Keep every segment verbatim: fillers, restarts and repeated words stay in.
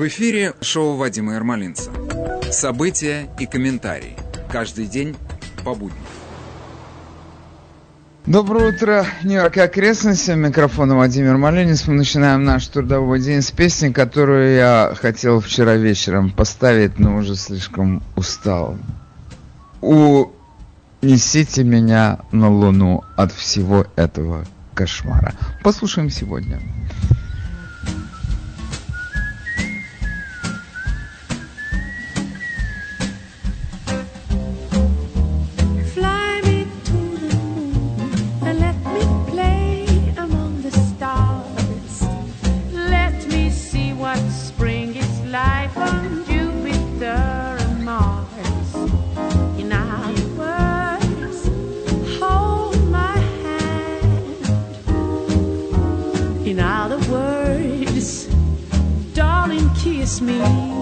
В эфире шоу Вадима Ермолинца. События и комментарии. Каждый день по будням. Доброе утро, Нью-Йорк и окрестности. Микрофон Вадим Ермолинец. Мы начинаем наш трудовой день с песни, которую я хотел вчера вечером поставить, но уже слишком устал. Унесите меня на Луну от всего этого кошмара. Послушаем сегодня. Me.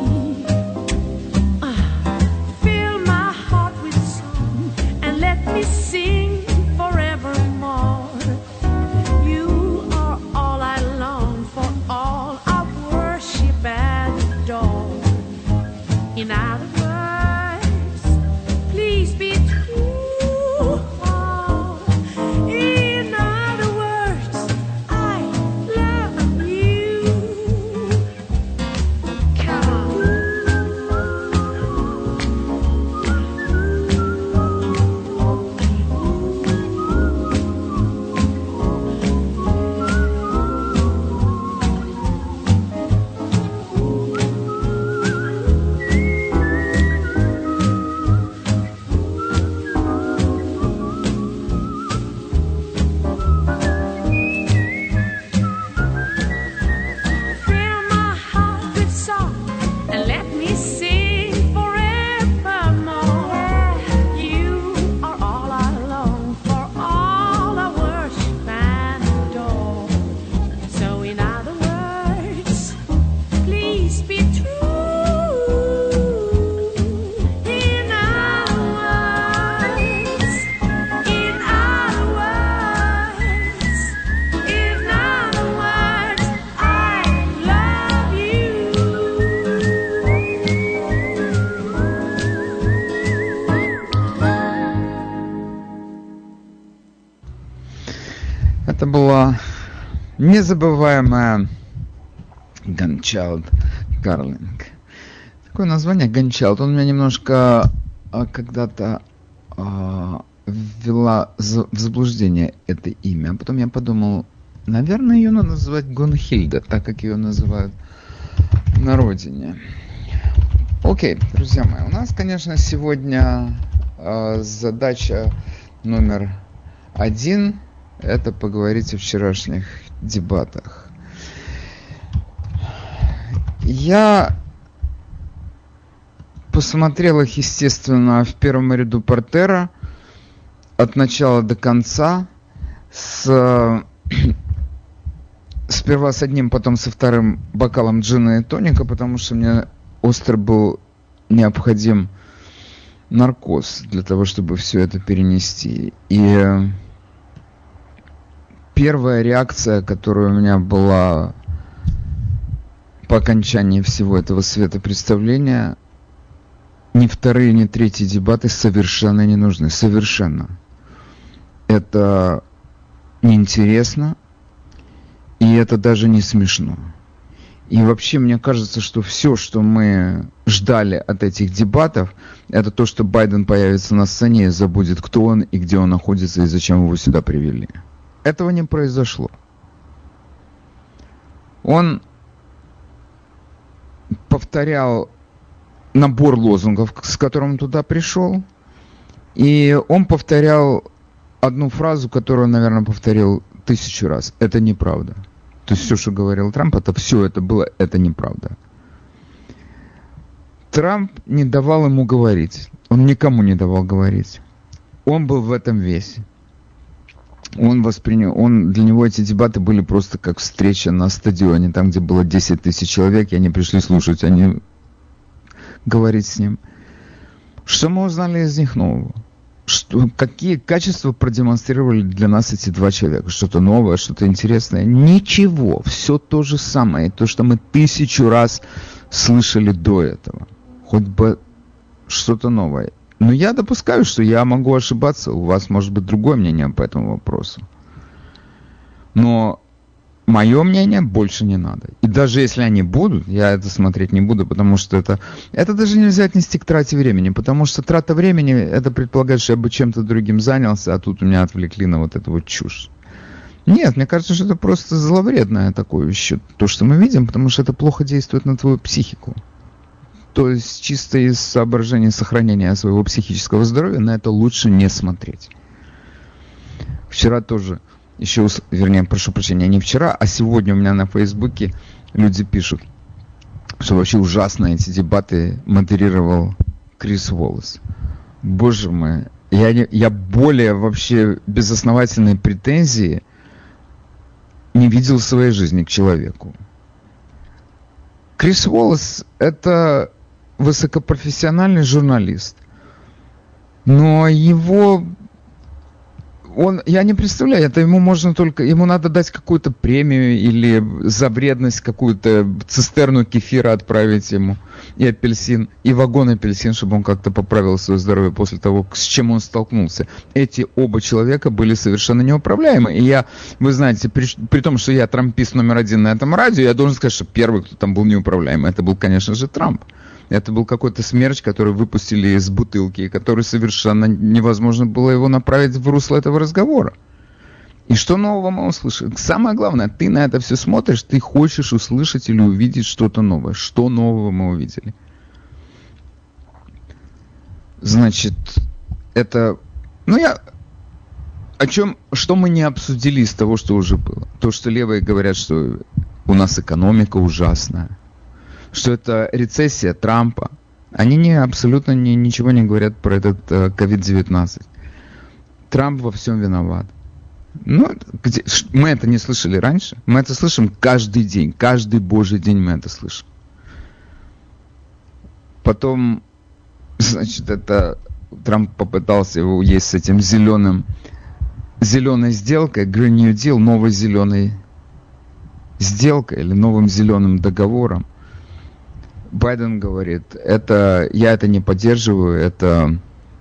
Uh, fill my heart with song and let me sing forevermore. You are all I long for, all I worship and adore. In other words, please be true. Oh, in other words, I love you. Это была незабываемая Gunchild Garling. Такое название Gunchild. Он меня немножко а, когда-то а, ввела в заблуждение это имя. А потом я подумал, наверное, ее надо называть Гунхильда, так как ее называют на родине. Окей, друзья мои, у нас, конечно, сегодня а, задача номер один. Это поговорить о вчерашних дебатах. Я посмотрел их, естественно, в первом ряду портера от начала до конца. С, сперва с одним, потом со вторым бокалом джина и тоника, потому что мне остро был необходим наркоз для того, чтобы все это перенести. И первая реакция, которая у меня была по окончании всего этого светопредставления, ни вторые, ни третьи дебаты совершенно не нужны. Совершенно. Это неинтересно, и это даже не смешно. И вообще, мне кажется, что все, что мы ждали от этих дебатов, это то, что Байден появится на сцене и забудет, кто он и где он находится, и зачем его сюда привели. Этого не произошло. Он повторял набор лозунгов, с которым он туда пришел, и он повторял одну фразу, которую он, наверное, повторил тысячу раз. Это неправда. То есть все, что говорил Трамп, это все это было, это неправда. Трамп не давал ему говорить. Он никому не давал говорить. Он был в этом весь. Он воспринял, он, для него эти дебаты были просто как встреча на стадионе, там, где было десять тысяч человек, и они пришли слушать, а не говорить с ним. Что мы узнали из них нового? что, какие качества продемонстрировали для нас эти два человека? Что-то новое, что-то интересное? Ничего. Все то же самое. То, что мы тысячу раз слышали до этого. Хоть бы что-то новое. Но я допускаю, что я могу ошибаться. У вас может быть другое мнение по этому вопросу. Но мое мнение больше не надо. И даже если они будут, я это смотреть не буду, потому что это... Это даже нельзя отнести к трате времени, потому что трата времени, это предполагает, что я бы чем-то другим занялся, а тут меня отвлекли на вот эту вот чушь. Нет, мне кажется, что это просто зловредное такое еще, то, что мы видим, потому что это плохо действует на твою психику. То есть чисто из соображения сохранения своего психического здоровья на это лучше не смотреть. Вчера тоже... Еще, вернее, прошу прощения, не вчера, а сегодня у меня на Фейсбуке люди пишут, что вообще ужасно эти дебаты модерировал Крис Уоллес. Боже мой, я, не, я более вообще безосновательной претензии не видел в своей жизни к человеку. Крис Уоллес — это высокопрофессиональный журналист, но его... Он, я не представляю, это ему можно только, ему надо дать какую-то премию или за вредность какую-то цистерну кефира отправить ему, и апельсин, и вагон апельсин, чтобы он как-то поправил свое здоровье после того, с чем он столкнулся. Эти оба человека были совершенно неуправляемы. И я, вы знаете, при, при том, что я трампист номер один на этом радио, я должен сказать, что первый, кто там был неуправляемый, это был, конечно же, Трамп. Это был какой-то смерч, который выпустили из бутылки, и который совершенно невозможно было его направить в русло этого разговора. И что нового мы услышали? Самое главное, ты на это все смотришь, ты хочешь услышать или увидеть что-то новое. Что нового мы увидели? Значит, это... Ну, я... О чем... Что мы не обсудили из того, что уже было? То, что левые говорят, что у нас экономика ужасная. Что это рецессия Трампа. Они не, абсолютно не, ничего не говорят про этот э, ковид девятнадцать. Трамп во всем виноват. Ну, где, мы это не слышали раньше. Мы это слышим каждый день. Каждый божий день мы это слышим. Потом, значит, это Трамп попытался его есть с этим зеленым, зеленой сделкой, Green New Deal, новой зеленой сделкой или новым зеленым договором. Байден говорит, это, я это не поддерживаю, это,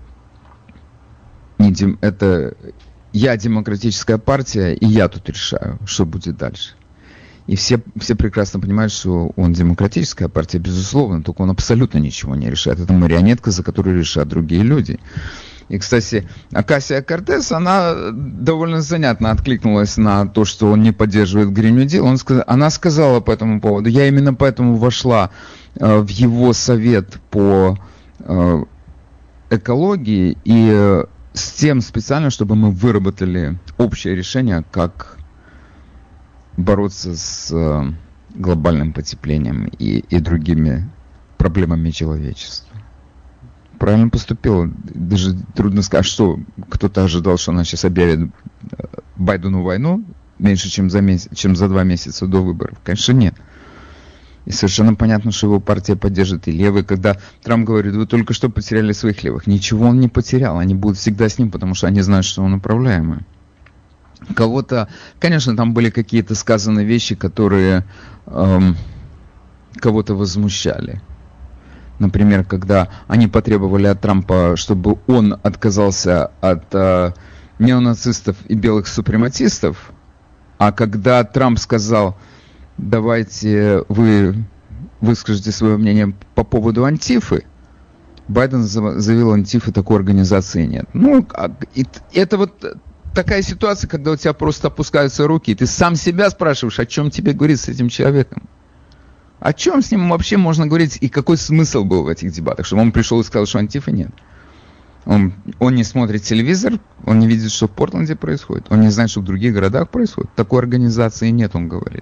не дем, это я демократическая партия, и я тут решаю, что будет дальше. И все, все прекрасно понимают, что он демократическая партия, безусловно, только он абсолютно ничего не решает. Это марионетка, за которую решают другие люди. И, кстати, Окасио-Кортес, она довольно занятно откликнулась на то, что он не поддерживает Green New Deal. Он сказ... Она сказала по этому поводу, я именно поэтому вошла э, в его совет по э, экологии и э, с тем специально, чтобы мы выработали общее решение, как бороться с э, глобальным потеплением и, и другими проблемами человечества. Правильно поступила. Даже трудно сказать, что кто-то ожидал, что она сейчас объявит Байдену войну меньше, чем за, месяц, чем за два месяца до выборов. Конечно, нет. И совершенно понятно, что его партия поддержит и левые. Когда Трамп говорит, вы только что потеряли своих левых. Ничего он не потерял. Они будут всегда с ним, потому что они знают, что он управляемый. Кого-то... Конечно, там были какие-то сказанные вещи, которые эм, кого-то возмущали. Например, когда они потребовали от Трампа, чтобы он отказался от э, неонацистов и белых супрематистов, а когда Трамп сказал, давайте вы выскажете свое мнение по поводу Антифы, Байден заявил, Антифы такой организации нет. Ну, это вот такая ситуация, когда у тебя просто опускаются руки, и ты сам себя спрашиваешь, о чем тебе говорить с этим человеком. О чем с ним вообще можно говорить и какой смысл был в этих дебатах? Чтобы он пришел и сказал, что Антифы нет. Он, он не смотрит телевизор, он не видит, что в Портленде происходит. Он не знает, что в других городах происходит. Такой организации нет, он говорит.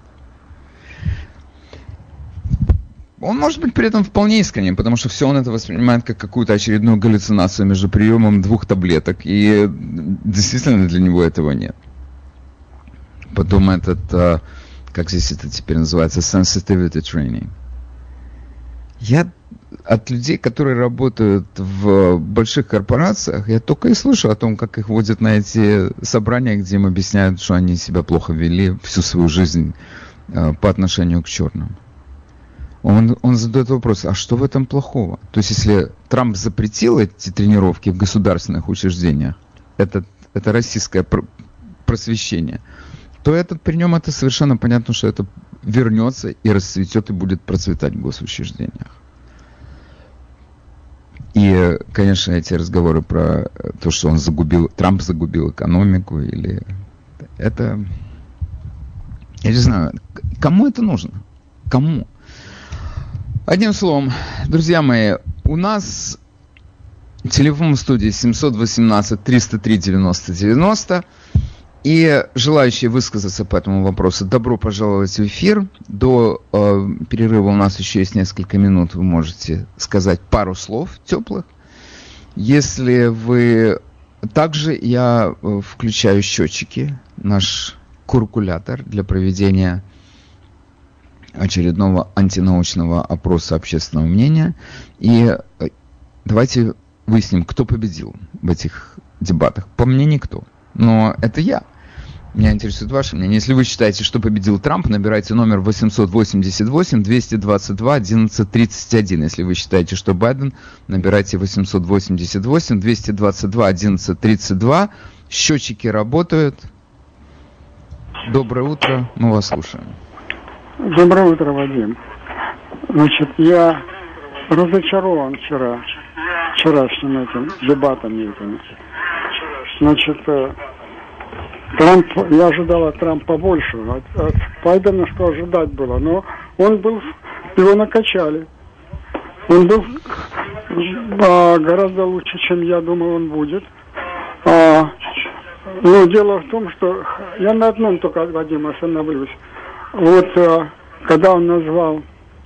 Он может быть при этом вполне искренним, потому что все он это воспринимает как какую-то очередную галлюцинацию между приемом двух таблеток. И действительно для него этого нет. Потом этот... Как здесь это теперь называется, sensitivity training. Я, от людей, которые работают в больших корпорациях, я только и слышу о том, как их водят на эти собрания, где им объясняют, что они себя плохо вели всю свою жизнь э, по отношению к черным. Он, он задает вопрос, а что в этом плохого? То есть, если Трамп запретил эти тренировки в государственных учреждениях, это, это российское просвещение, то этот, при нем это совершенно понятно, что это вернется и расцветет, и будет процветать в госучреждениях. И, конечно, эти разговоры про то, что он загубил, Трамп загубил экономику, или это, я не знаю, кому это нужно? Кому? Одним словом, друзья мои, у нас телефон в студии семь один восемь триста три девяносто девяносто. И желающие высказаться по этому вопросу, добро пожаловать в эфир. До э, перерыва у нас еще есть несколько минут, вы можете сказать пару слов теплых. Если вы... Также я э, включаю счетчики, наш куркулятор для проведения очередного антинаучного опроса общественного мнения. И э, давайте выясним, кто победил в этих дебатах. По мне никто, но это я. Меня интересует ваше мнение. Если вы считаете, что победил Трамп, набирайте номер восемь восемь восемь двести двадцать два одиннадцать тридцать один. Если вы считаете, что Байден, набирайте восемь восемь восемь двести двадцать два одиннадцать тридцать два. Счетчики работают. Доброе утро, мы вас слушаем. Доброе утро, Вадим. Значит, я разочарован вчера, вчерашним этим дебатом этим. Значит, Трамп, я ожидал от Трампа больше, от, от Байдена что ожидать было, но он был, его накачали. Он был а, гораздо лучше, чем я думал, он будет. А, но дело в том, что я на одном только, Вадим, остановлюсь. Вот а, когда он назвал,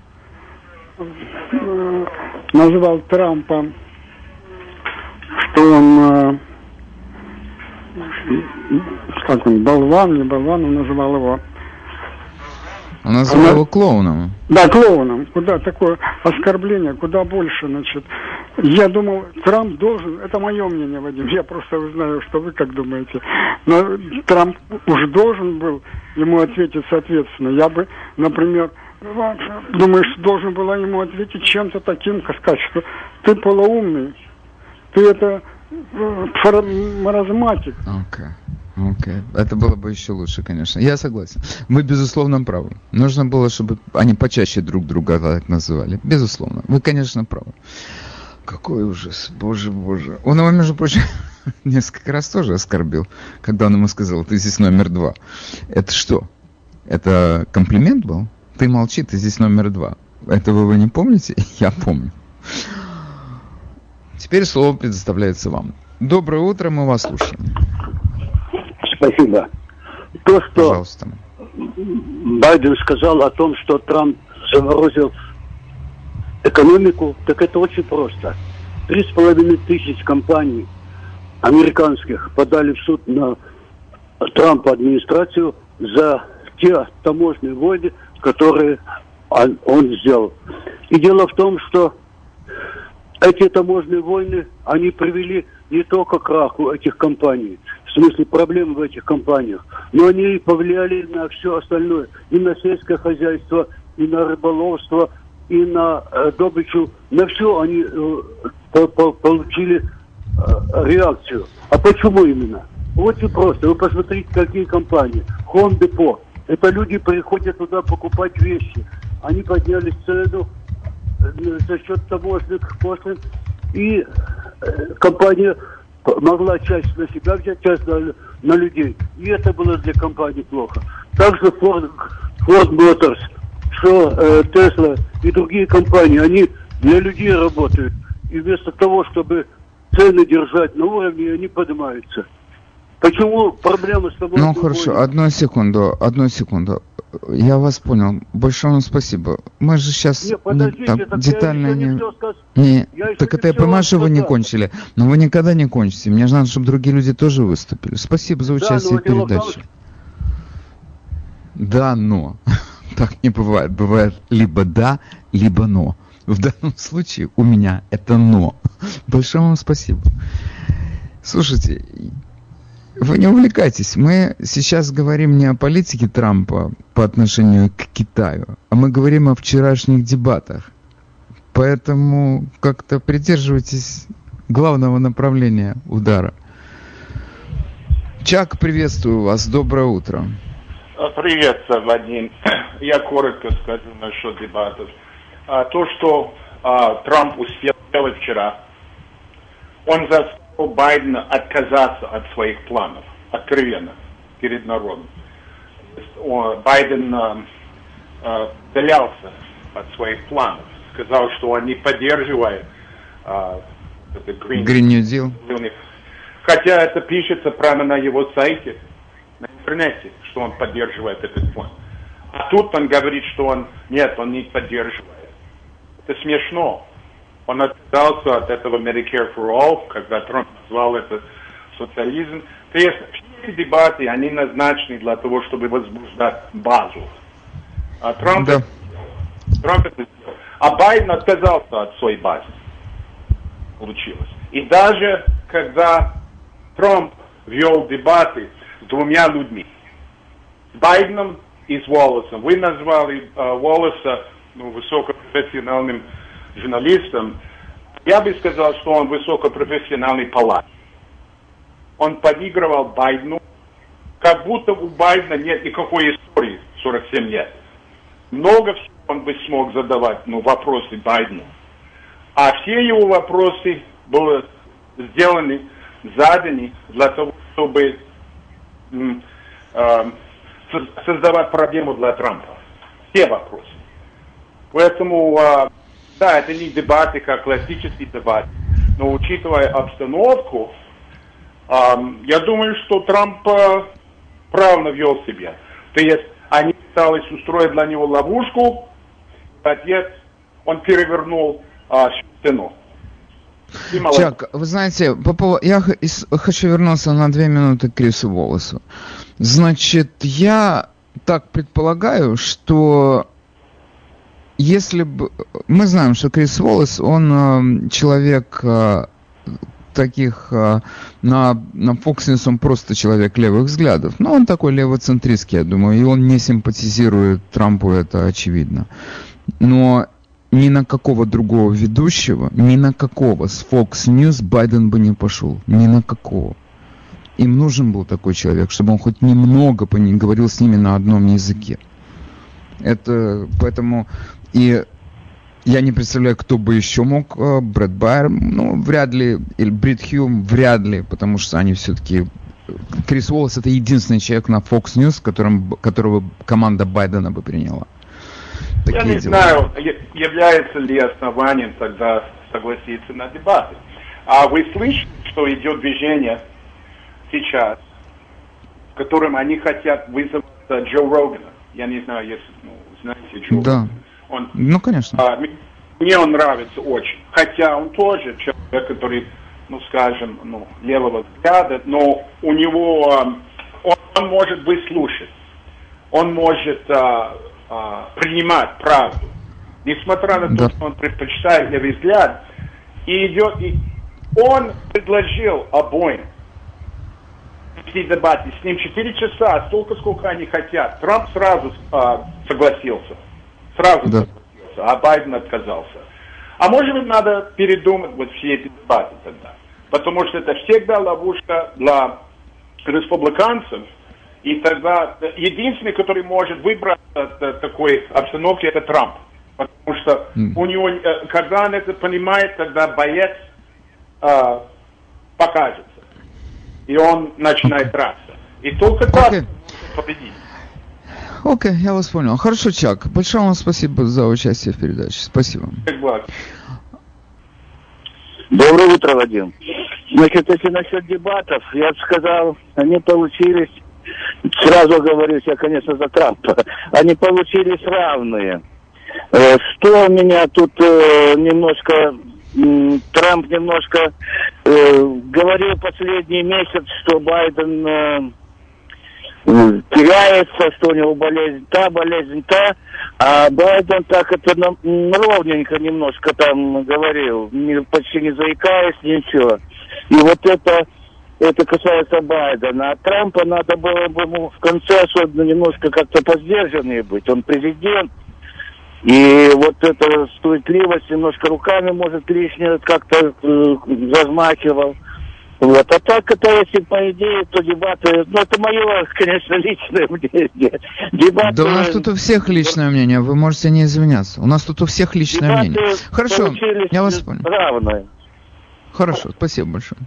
а, назвал Трампа, что он... А, как он, болван, не болван, он называл его. Он назвал Она... его клоуном. Да, клоуном. Куда такое оскорбление, куда больше, значит. Я думал, Трамп должен, это мое мнение, Вадим, я просто знаю, что вы как думаете, но Трамп уж должен был ему ответить соответственно. Я бы, например, думаю, что должен был ему ответить чем-то таким, как сказать, что ты полоумный, ты это... маразматик. Окей, okay. окей. Okay. Это было бы еще лучше, конечно. Я согласен. Вы, безусловно, правы. Нужно было, чтобы они почаще друг друга так называли. Безусловно. Вы, конечно, правы. Какой ужас. Боже, боже. Он его, между прочим, несколько раз тоже оскорбил, когда он ему сказал, ты здесь номер два. Это что? Это комплимент был? Ты молчи, ты здесь номер два. Этого вы не помните? Я помню. Теперь слово предоставляется вам. Доброе утро, мы вас слушаем. Спасибо. То, что Пожалуйста. Байден сказал о том, что Трамп заморозил экономику, так это очень просто. Три с половиной тысяч компаний американских подали в суд на Трампа администрацию за те таможенные войны, которые он, он сделал. И дело в том, что эти таможенные войны, они привели не только к краху этих компаний, в смысле проблем в этих компаниях, но они повлияли на все остальное, и на сельское хозяйство, и на рыболовство, и на э, добычу, на все они э, по- по- получили э, реакцию. А почему именно? Очень просто. Вы посмотрите, какие компании. Home Depot. Это люди приходят туда покупать вещи. Они подняли цену за счет таможенных пошлин, и э, компания могла часть на себя взять, часть на, на людей. И это было для компании плохо. Также Ford, Ford Motors, что э, Tesla и другие компании, они для людей работают. И вместо того, чтобы цены держать на уровне, они поднимаются. Почему проблема с тобой? Ну хорошо, одну секунду, одну секунду. Я вас понял. Большое вам спасибо. Мы же сейчас не, подождите, не, так, детально не... не... не... Так это я понимаю, что вы не кончили. Но вы никогда не кончите. Мне же надо, чтобы другие люди тоже выступили. Спасибо за участие да, в передаче. Да, но. Так не бывает. Бывает либо да, либо но. В данном случае у меня это «но». Большое вам спасибо. Слушайте, вы не увлекайтесь. Мы сейчас говорим не о политике Трампа по отношению к Китаю, а мы говорим о вчерашних дебатах. Поэтому как-то придерживайтесь главного направления удара. Чак, приветствую вас. Доброе утро. Привет, Вадим. Я коротко скажу насчет дебатов. А, то, что а, Трамп успел сделать вчера, он заставил Байдена отказаться от своих планов, откровенно, перед народом. Он, Байден а, а, удалялся от своих планов, сказал, что он не поддерживает а, это Green, Green New Deal. Хотя это пишется прямо на его сайте, на интернете, что он поддерживает этот план. А тут он говорит, что он, нет, он не поддерживает. Это смешно. Он отказался от этого Medicare for All, когда Трамп назвал это социализм. То есть все эти дебаты, они назначены для того, чтобы возбуждать базу. А Трамп, да. это, Трамп это сделал. А Байден отказался от своей базы. Получилось. И даже когда Трамп вел дебаты с двумя людьми, с Байденом и с Уоллесом. Вы назвали uh, Уоллеса ну, высокопрофессиональным журналистом. Я бы сказал, что он высокопрофессиональный палач. Он подыгрывал Байдену, как будто у Байдена нет никакой истории сорок семь лет. Много всего он бы смог задавать ну, вопросы Байдену. А все его вопросы были сделаны, заданы для того, чтобы м, э, создавать проблему для Трампа. Все вопросы. Поэтому, э, да, это не дебаты, как классические дебаты. Но учитывая обстановку, э, я думаю, что Трамп э, правильно вел себя. То есть они пытались устроить для него ловушку, в ответ он перевернул э, стену. Чак, вы знаете, по поводу... я х... хочу вернуться на две минуты к Крису Уоллесу. Значит, я так предполагаю, что если бы... Мы знаем, что Крис Уоллес, он э, человек э, таких... Э, на, на Fox News он просто человек левых взглядов. Но он такой левоцентристский, я думаю, и он не симпатизирует Трампу, это очевидно. Но... Ни на какого другого ведущего, ни на какого с Fox News Байден бы не пошел. Ни на какого. Им нужен был такой человек, чтобы он хоть немного говорил с ними на одном языке. Это поэтому... И я не представляю, кто бы еще мог. Брэд Байер, ну, вряд ли. Или Брит Хьюм, вряд ли. Потому что они все-таки... Крис Уоллес — это единственный человек на Fox News, которым, которого команда Байдена бы приняла. Я не дела. знаю, является ли основанием тогда согласиться на дебаты. А вы слышите, что идет движение сейчас, которым они хотят вызвать Джо Рогана? Я не знаю, если ну, знаете Джо Да. Рогана. Он, ну, конечно. А, мне он нравится очень. Хотя он тоже человек, который, ну, скажем, ну, левого взгляда, но у него, он, он может выслушать. Он может... принимать правду. Несмотря на то, да. что он предпочитает левый взгляд, и идет, и он предложил обоим вести дебаты. С ним четыре часа, столько, сколько они хотят. Трамп сразу а, согласился. Сразу да. согласился, а Байден отказался. А может быть, надо передумать вот все эти дебаты тогда. Потому что это всегда ловушка для республиканцев. И тогда единственный, который может выбраться от такой обстановки, это Трамп. Потому что mm. у него, когда он это понимает, тогда боец э, покажется. И он начинает okay. драться. И только okay. так победит. Окей, okay, я вас понял. Хорошо, Чак. Большое вам спасибо за участие в передаче. Спасибо. Доброе утро, Вадим. Значит, если насчет дебатов, я бы сказал, они получились... Сразу говорю, я, конечно, за Трампа. Они получились равные. Что меня тут э, немножко... Трамп немножко э, говорил последний месяц, что Байден... Э, теряется, что у него болезнь та, болезнь та, а Байден так это на, ровненько немножко там говорил, не, почти не заикаясь, ничего. И вот это, это касается Байдена. А Трампа надо было бы ему в конце особенно немножко как-то поздержаннее быть. Он президент. И вот эта суетливость немножко руками, может, лишнее как-то э, размахивал. Вот. А так это, если по идее, то дебаты, ну это мое, конечно, личное мнение. Дебаты, да у нас тут у всех личное мнение, вы можете не извиняться. У нас тут у всех личное мнение. Хорошо, я вас понял. Равные. Хорошо, спасибо большое.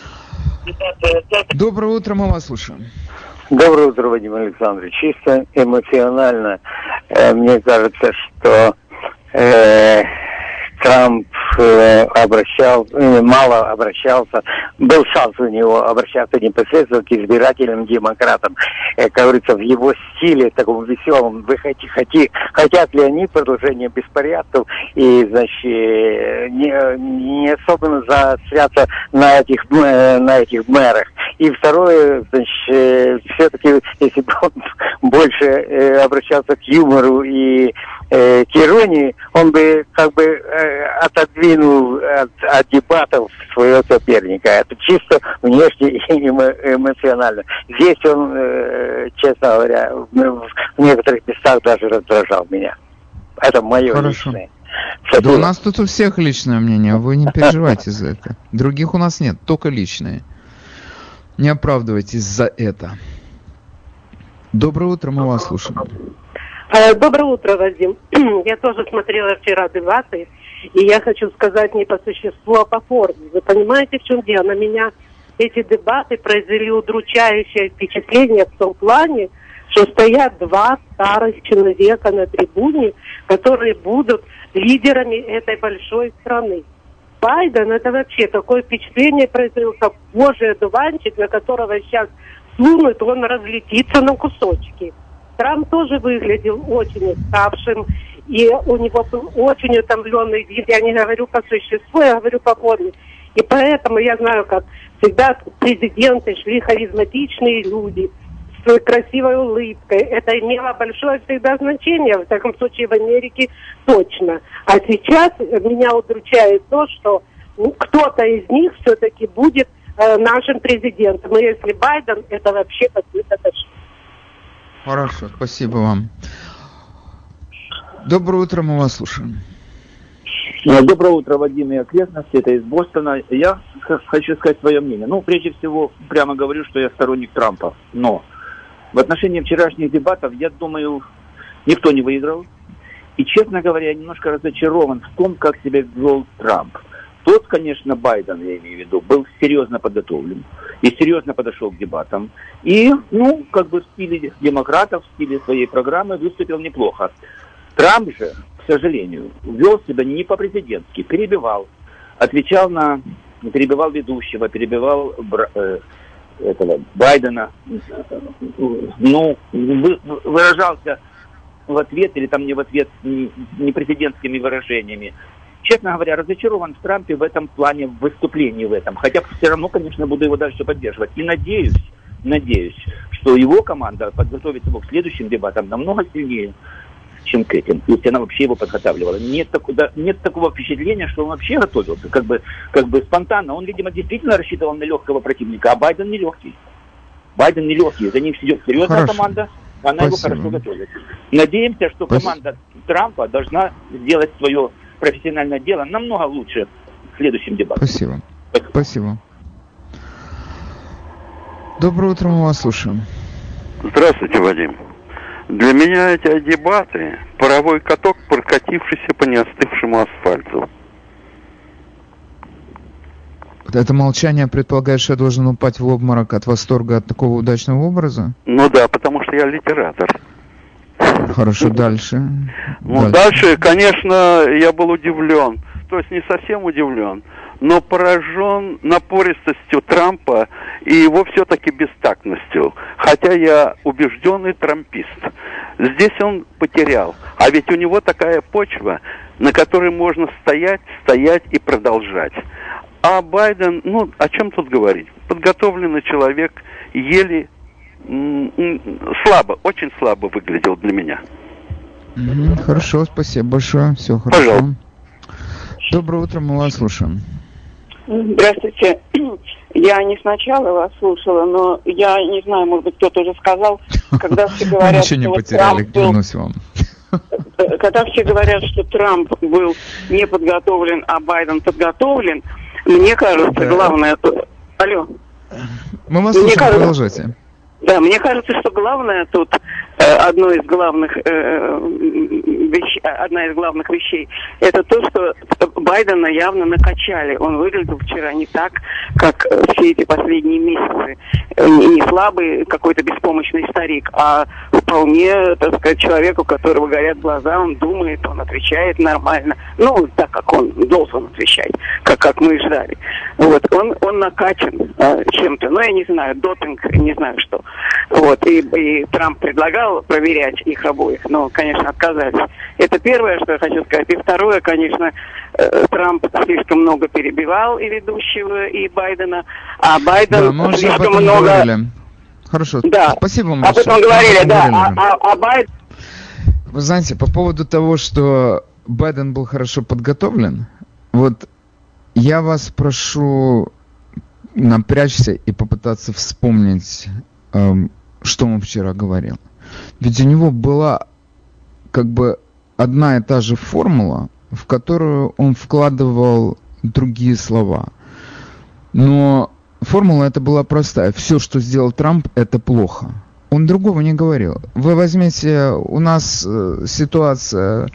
Доброе утро, мы вас слушаем. Доброе утро, Вадим Александрович. Чисто эмоционально, э, мне кажется, что э, Трамп э, обращал, э, мало обращался, был шанс у него обращаться непосредственно к избирателям, демократам, э, как говорится, в его стиле, таком веселом. Вы хотите, хотите, хотят ли они продолжения беспорядков и, значит, не, не особенно заостряться на этих, э, на этих мэрах. И второе, значит, все-таки, если бы он больше э, обращался к юмору и э, к иронии, он бы как бы э, отодвинул от, от дебатов своего соперника. Это чисто внешне и эмо- эмоционально. Здесь он, э, честно говоря, в, в некоторых местах даже раздражал меня. Это мое Хорошо. личное. Да у нас тут у всех личное мнение, вы не переживайте за это. Других у нас нет, только личные. Не оправдывайтесь за это. Доброе утро, мы вас слушаем. Доброе утро, Вадим. Я тоже смотрела вчера дебаты, и я хочу сказать не по существу, а по форме. Вы понимаете, в чем дело? На меня эти дебаты произвели удручающее впечатление в том плане, что стоят два старых человека на трибуне, которые будут лидерами этой большой страны. Байден, это вообще такое впечатление произвел, как божий одуванчик, на которого сейчас сунут, он разлетится на кусочки. Трамп тоже выглядел очень уставшим, и у него был очень утомленный вид. Я не говорю по существу, я говорю по форме. И поэтому я знаю, как всегда президенты шли харизматичные люди с красивой улыбкой. Это имело большое всегда значение, в таком случае в Америке точно. А сейчас меня удручает то, что кто-то из них все-таки будет э, нашим президентом. И если Байден, это вообще какой-то кошмар. Хорошо, спасибо вам. Доброе утро, мы вас слушаем. Доброе утро, Вадим и окрестности, это из Бостона. Я хочу сказать свое мнение. Ну, прежде всего, прямо говорю, что я сторонник Трампа. Но в отношении вчерашних дебатов, я думаю, никто не выиграл. И, честно говоря, я немножко разочарован в том, как себя вел Трамп. Тот, конечно, Байден, я имею в виду, был серьезно подготовлен и серьезно подошел к дебатам. И, ну, как бы в стиле демократов, в стиле своей программы выступил неплохо. Трамп же, к сожалению, вел себя не по-президентски, перебивал, отвечал на, перебивал ведущего, перебивал э, этого Байдена, ну, вы, выражался в ответ или там не в ответ не, не президентскими выражениями. Честно говоря, разочарован в Трампе в этом плане, в выступлении в этом. Хотя все равно, конечно, буду его дальше поддерживать. И надеюсь, надеюсь, что его команда подготовит его к следующим дебатам намного сильнее, чем к этим, если она вообще его подготавливала. Нет, так, да, нет такого впечатления, что он вообще готовился, как бы, как бы спонтанно. Он, видимо, действительно рассчитывал на легкого противника, а Байден не легкий. Байден не легкий, за ним идет серьезная Хорошо. команда, она Спасибо. его хорошо готовит. Надеемся, что Спасибо. команда Трампа должна сделать свое профессиональное дело намного лучше в следующем дебате. Спасибо. Спасибо. Спасибо. Доброе утро, мы вас слушаем. Здравствуйте, Вадим. Для меня эти дебаты – паровой каток, прокатившийся по неостывшему асфальту. Это молчание предполагает, что я должен упасть в обморок от восторга от такого удачного образа? Ну да, потому что я литератор. Хорошо, дальше. Ну, дальше. дальше, конечно, я был удивлен. То есть не совсем удивлен, но поражен напористостью Трампа и его все-таки бестактностью. Хотя я убежденный трампист. Здесь он потерял. А ведь у него такая почва, на которой можно стоять, стоять и продолжать. А Байден, ну, о чем тут говорить? Подготовленный человек, еле слабо, очень слабо выглядел для меня. Mm-hmm. Хорошо, спасибо большое. Все хорошо. Пожалуйста. Доброе утро, мы вас слушаем. Здравствуйте. Я не сначала вас слушала, но я не знаю, может быть, кто-то уже сказал, когда все говорят, мы ничего не потеряли, клянусь вам. Когда все говорят, что Трамп был не подготовлен, а Байден подготовлен, мне кажется, главное... Алло. Мы вас слушаем, продолжайте. Да, мне кажется, что главное тут, э, одно из главных, э, вещ, одна из главных вещей, это то, что Байдена явно накачали. Он выглядел вчера не так, как все эти последние месяцы. Не, не слабый какой-то беспомощный старик, а вполне, так сказать, человек, у которого горят глаза, он думает, он отвечает нормально. Ну, так, как он должен отвечать, как, как мы и ждали. Вот, он, он накачан э, чем-то, ну, я не знаю, допинг, не знаю что. Вот, и, и Трамп предлагал проверять их обоих, но, конечно, отказались. Это первое, что я хочу сказать. И второе, конечно, э, Трамп слишком много перебивал и ведущего, и Байдена, а Байден да, слишком много... Говорили. Хорошо, да. Спасибо вам большое. Об этом говорили, об этом да, говорили. А, а, а Байден... Вы знаете, по поводу того, что Байден был хорошо подготовлен, вот я вас прошу напрячься и попытаться вспомнить, эм, что он вчера говорил. Ведь у него была как бы одна и та же формула, в которую он вкладывал другие слова. Но формула эта была простая. Все, что сделал Трамп, это плохо. Он другого не говорил. Вы возьмите, у нас э, ситуация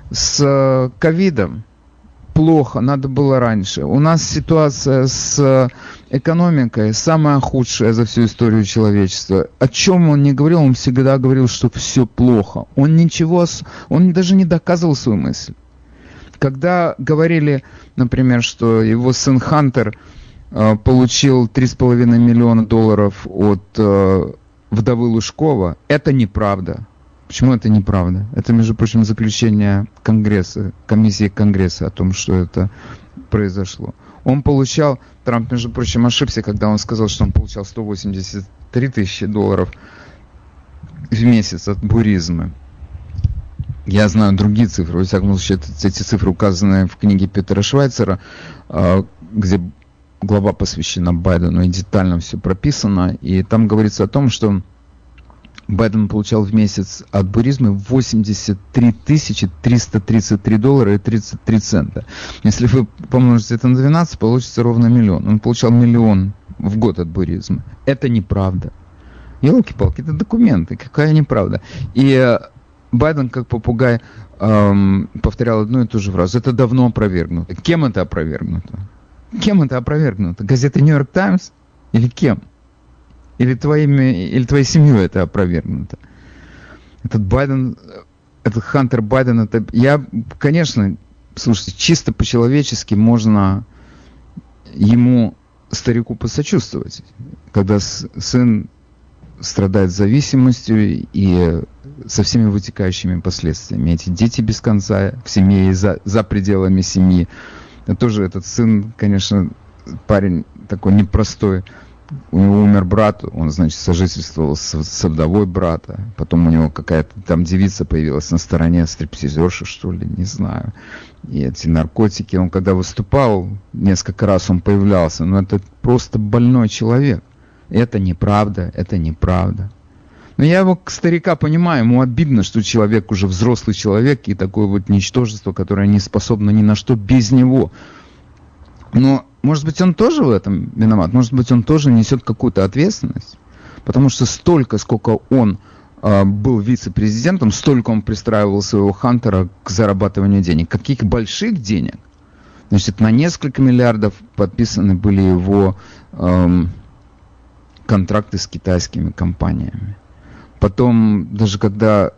с ковидом, плохо, надо было раньше. У нас ситуация с экономикой самая худшая за всю историю человечества. О чем он не говорил, он всегда говорил, что все плохо. Он ничего, он даже не доказывал свою мысль. Когда говорили, например, что его сын Хантер э, получил три с половиной миллиона долларов от э, вдовы Лужкова, это неправда. Почему это неправда? Это, между прочим, заключение Конгресса, комиссии Конгресса о том, что это произошло. Он получал, Трамп, между прочим, ошибся, когда он сказал, что он получал сто восемьдесят три тысячи долларов в месяц от Буризмы. Я знаю другие цифры, во всяком случае, эти цифры указаны в книге Питера Швайцера, где глава посвящена Байдену, и детально все прописано, и там говорится о том, что Байден получал в месяц от Буризмы восемьдесят три тысячи триста тридцать три доллара и тридцать три цента. Если вы помножите это на двенадцать, получится ровно миллион. Он получал миллион в год от Буризмы. Это неправда. Елки-палки, это документы. Какая неправда. И Байден, как попугай, эм, повторял одну и ту же фразу. Это давно опровергнуто. Кем это опровергнуто? Кем это опровергнуто? Газетой Нью-Йорк Таймс? Или кем? Или твоими, или твоей семьей это опровергнуто? Этот Байден, этот Хантер Байден, это... Я, конечно, слушайте, чисто по-человечески можно ему, старику, посочувствовать, когда сын страдает зависимостью и со всеми вытекающими последствиями. Эти дети без конца в семье и за, за пределами семьи. И тоже этот сын, конечно, парень такой непростой. У него умер брат, он, значит, сожительствовал с, с вдовой брата. Потом у него какая-то там девица появилась на стороне, стриптизерша, что ли, не знаю. И эти наркотики. Он когда выступал, несколько раз он появлялся. Но это просто больной человек. Это неправда, это неправда. Но я его, старика, понимаю, ему обидно, что человек уже взрослый человек и такое вот ничтожество, которое не способно ни на что без него. Но, может быть, он тоже в этом виноват, может быть, он тоже несет какую-то ответственность, потому что столько, сколько он э, был вице-президентом, столько он пристраивал своего Хантера к зарабатыванию денег. Каких больших денег? Значит, на несколько миллиардов подписаны были его э, контракты с китайскими компаниями. Потом, даже когда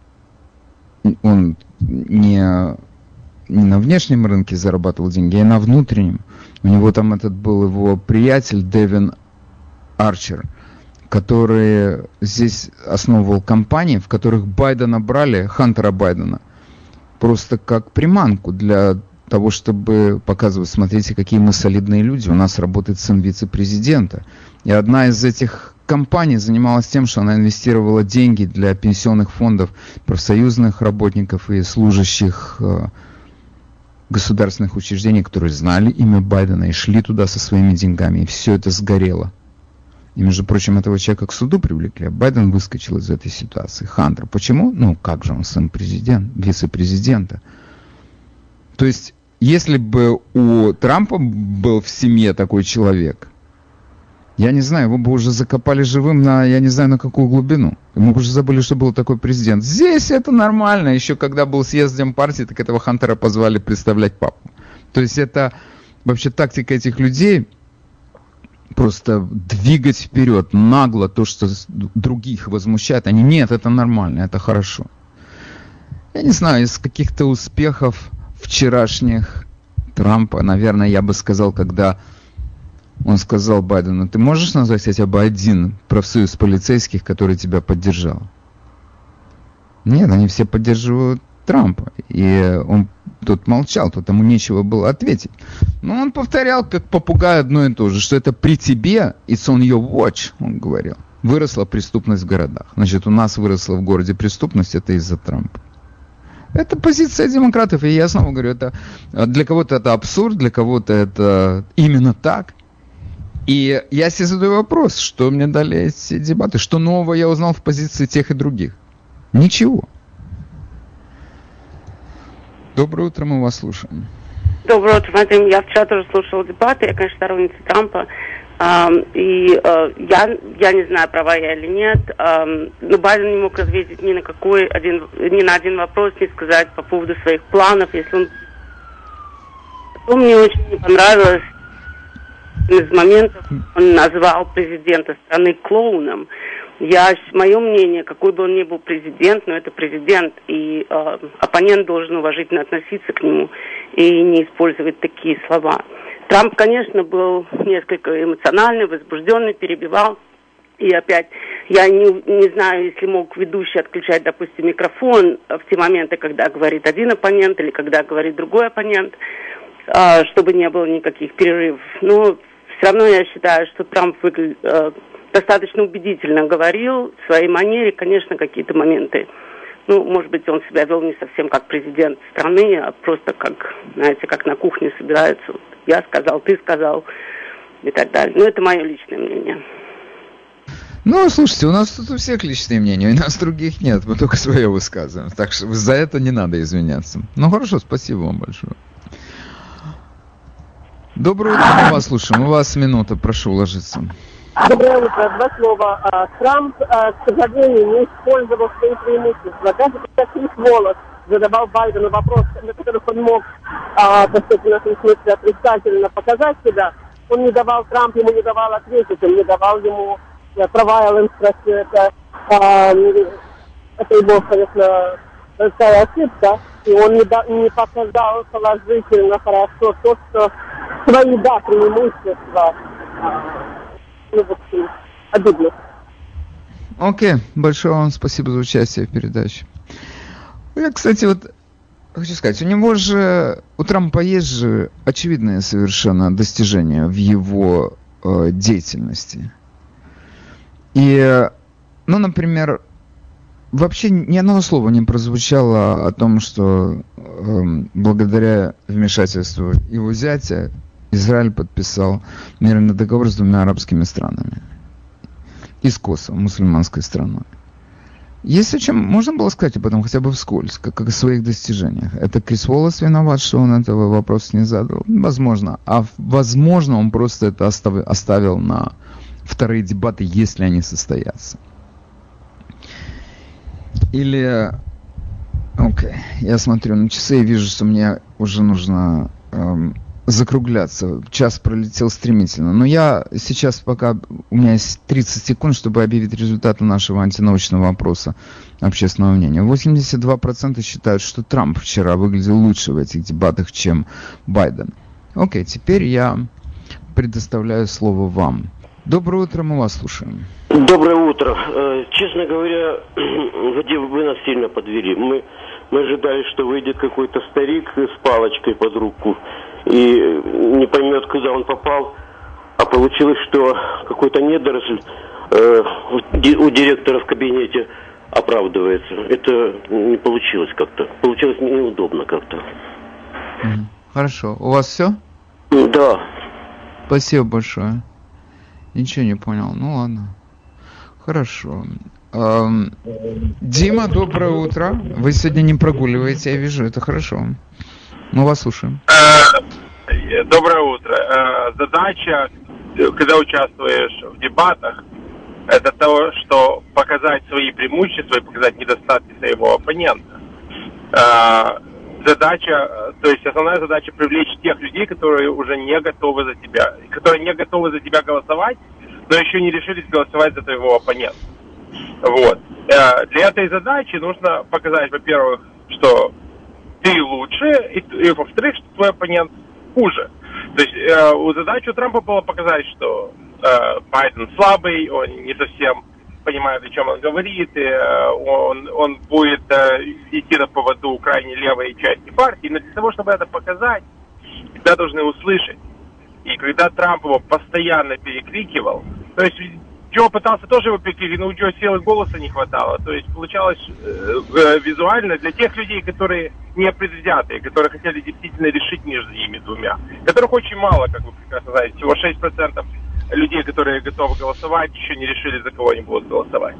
он не... не на внешнем рынке зарабатывал деньги, а на внутреннем. У него там этот был его приятель Дэвин Арчер, который здесь основывал компании, в которых Байдена брали, Хантера Байдена, просто как приманку для того, чтобы показывать, смотрите, какие мы солидные люди, у нас работает сын вице-президента. И одна из этих компания занималась тем, что она инвестировала деньги для пенсионных фондов профсоюзных работников и служащих э, государственных учреждений, которые знали имя Байдена и шли туда со своими деньгами, и все это сгорело. И, между прочим, этого человека к суду привлекли, а Байден выскочил из этой ситуации. Хантер. Почему? Ну, как же он сын президента, вице-президента. То есть, если бы у Трампа был в семье такой человек, я не знаю, его бы уже закопали живым на, я не знаю, на какую глубину. Мы бы уже забыли, что был такой президент. Здесь это нормально. Еще когда был съезд Демпартии, так этого Хантера позвали представлять папу. То есть, это вообще тактика этих людей... Просто двигать вперед нагло то, что других возмущает. Они, нет, это нормально, это хорошо. Я не знаю, из каких-то успехов вчерашних Трампа, наверное, я бы сказал, когда он сказал Байдену, ты можешь назвать хотя бы один профсоюз полицейских, который тебя поддержал? Нет, они все поддерживают Трампа. И он тут молчал, тут ему нечего было ответить. Но он повторял, как попугай, одно и то же, что это при тебе, it's on your watch, он говорил. Выросла преступность в городах. Значит, у нас выросла в городе преступность, это из-за Трампа. Это позиция демократов, и я снова говорю, это для кого-то это абсурд, для кого-то это именно так. И я себе задаю вопрос, что мне дали эти дебаты, что нового я узнал в позиции тех и других? Ничего. Доброе утро, мы вас слушаем. Доброе утро, Вадим. Я вчера тоже слушала дебаты, я, конечно, сторонница Трампа. Um, и uh, я, я не знаю, права я или нет, um, но Байден не мог ответить ни на какой один, ни на один вопрос, не сказать по поводу своих планов, если он... Что мне очень не понравилось, из моментов он назвал президента страны клоуном. Я, мое мнение, какой бы он ни был президент, но это президент, и э, оппонент должен уважительно относиться к нему и не использовать такие слова. Трамп, конечно, был несколько эмоциональный, возбужденный, перебивал. И опять, я не, не знаю, если мог ведущий отключать, допустим, микрофон в те моменты, когда говорит один оппонент или когда говорит другой оппонент, э, чтобы не было никаких перерывов. Но все равно я считаю, что Трамп выглядит... Э, достаточно убедительно говорил в своей манере, конечно, какие-то моменты. Ну, может быть, он себя вел не совсем как президент страны, а просто как, знаете, как на кухне собираются. Я сказал, ты сказал и так далее. Но это мое личное мнение. Ну, слушайте, у нас тут у всех личные мнения, у нас других нет, мы только свое высказываем. Так что за это не надо извиняться. Ну, хорошо, спасибо вам большое. Доброе утро, мы вас слушаем. У вас минута, прошу уложиться. Доброе утро. Два слова. Трамп, к сожалению, не использовал свои преимущества. Даже когда Крис Волос задавал Байдену вопросы, на которых он мог, так сказать, в нашем смысле отрицательно показать себя, он не давал, Трамп ему не давал ответить, он не давал ему провайлом спросить это. Это его, конечно, большая ошибка. И он не, да, не показал положительно хорошо то, что свои, да, преимущества. Ну, в общем, обидно. Окей, okay. Большое вам спасибо за участие в передаче. Я, кстати, вот хочу сказать, у него же, у Трампа есть же очевидное совершенно достижение в его э, деятельности. И, ну, например, вообще ни одного слова не прозвучало о том, что э, благодаря вмешательству его зятя Израиль подписал мирный договор с двумя арабскими странами. И с Косово, мусульманской страной. Есть о чем можно было сказать об этом хотя бы вскользь, как о своих достижениях. Это Крис Волос виноват, что он этого вопроса не задал? Возможно. А возможно, он просто это оставил, оставил на вторые дебаты, если они состоятся. Или... Окей, okay. Я смотрю на часы и вижу, что мне уже нужно... Эм, закругляться. Час пролетел стремительно. Но я сейчас пока... У меня есть тридцать секунд, чтобы объявить результаты нашего антинаучного опроса общественного мнения. восемьдесят два процента считают, что Трамп вчера выглядел лучше в этих дебатах, чем Байден. Окей, теперь я предоставляю слово вам. Доброе утро, мы вас слушаем. Доброе утро. Честно говоря, Вадим, вы нас сильно подвели. Мы, мы ожидали, что выйдет какой-то старик с палочкой под руку и не поймет, куда он попал, а получилось, что какой-то недоросль э, у директора в кабинете оправдывается. Это не получилось как-то. Получилось неудобно как-то. Хорошо. У вас все? Да. Спасибо большое. Ничего не понял. Ну ладно. Хорошо. Эм, Дима, доброе утро. Вы сегодня не прогуливаете, я вижу, это хорошо. Мы вас слушаем. Доброе утро. Задача, когда участвуешь в дебатах, это то, что показать свои преимущества и показать недостатки своего оппонента. Задача, то есть основная задача привлечь тех людей, которые уже не готовы за тебя, которые не готовы за тебя голосовать, но еще не решились голосовать за твоего оппонента. Вот. Для этой задачи нужно показать, во-первых, что ты лучше, и, и во-вторых, что твой оппонент хуже. То есть э, у задачи у Трампа было показать, что э, Байден слабый, он не совсем понимает, о чем он говорит, и э, он, он будет э, идти на поводу у крайне левой части партии. Но для того, чтобы это показать, всегда должны услышать. И когда Трамп его постоянно перекрикивал, то есть Джо пытался тоже его перекрикивать, но у Джо силы голоса не хватало. То есть получалось э, визуально для тех людей, которые не предвзятые, которые хотели действительно решить между ними двумя, которых очень мало, как вы прекрасно знаете, всего шесть процентов людей, которые готовы голосовать, еще не решили, за кого они будут голосовать.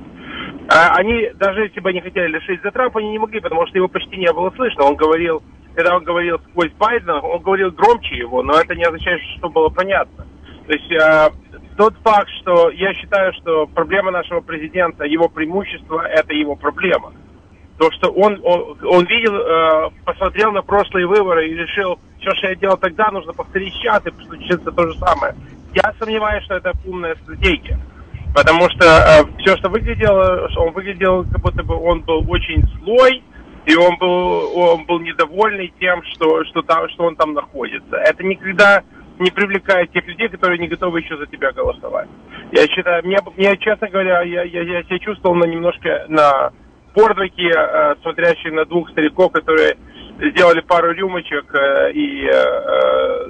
А они, даже если бы они хотели решить за Трампа, они не могли, потому что его почти не было слышно. Он говорил, когда он говорил сквозь Байдена, он говорил громче его, но это не означает, что было понятно. То есть э, тот факт, что я считаю, что проблема нашего президента, его преимущество, это его проблема. То, что он, он, он видел, э, посмотрел на прошлые выборы и решил, все, что я делал тогда, нужно повторить сейчас, и случится то же самое. Я сомневаюсь, что это умная стратегия. Потому что э, все, что выглядело, он выглядел, как будто бы он был очень злой, и он был, он был недовольный тем, что, что, там, что он там находится. Это никогда не привлекает тех людей, которые не готовы еще за тебя голосовать. Я считаю, мне, мне честно говоря, я, я, я себя чувствовал на немножко на Бордвике, э, смотрящий на двух стариков, которые сделали пару рюмочек э, и э,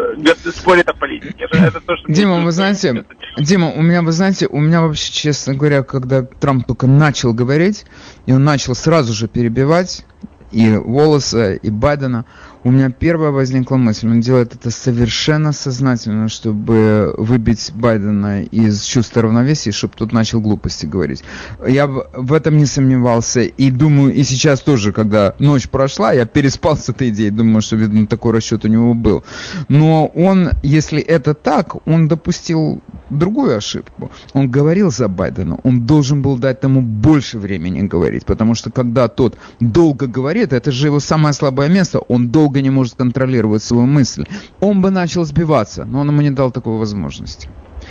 э, спорят о политике. Это то, что Дима, вы знаете, Дима, у меня, вы знаете, у меня вообще, честно говоря, когда Трамп только начал говорить, и он начал сразу же перебивать и Уоллеса, и Байдена, у меня первая возникла мысль, он делает это совершенно сознательно, чтобы выбить Байдена из чувства равновесия, чтобы тот начал глупости говорить. Я в этом не сомневался, и думаю, и сейчас тоже, когда ночь прошла, я переспал с этой идеей, думаю, что, видно, такой расчет у него был. Но он, если это так, он допустил другую ошибку. Он говорил за Байдена, он должен был дать ему больше времени говорить, потому что когда тот долго говорит, это же его самое слабое место, он долго не может контролировать свою мысль. Он бы начал сбиваться, но он ему не дал такой возможности.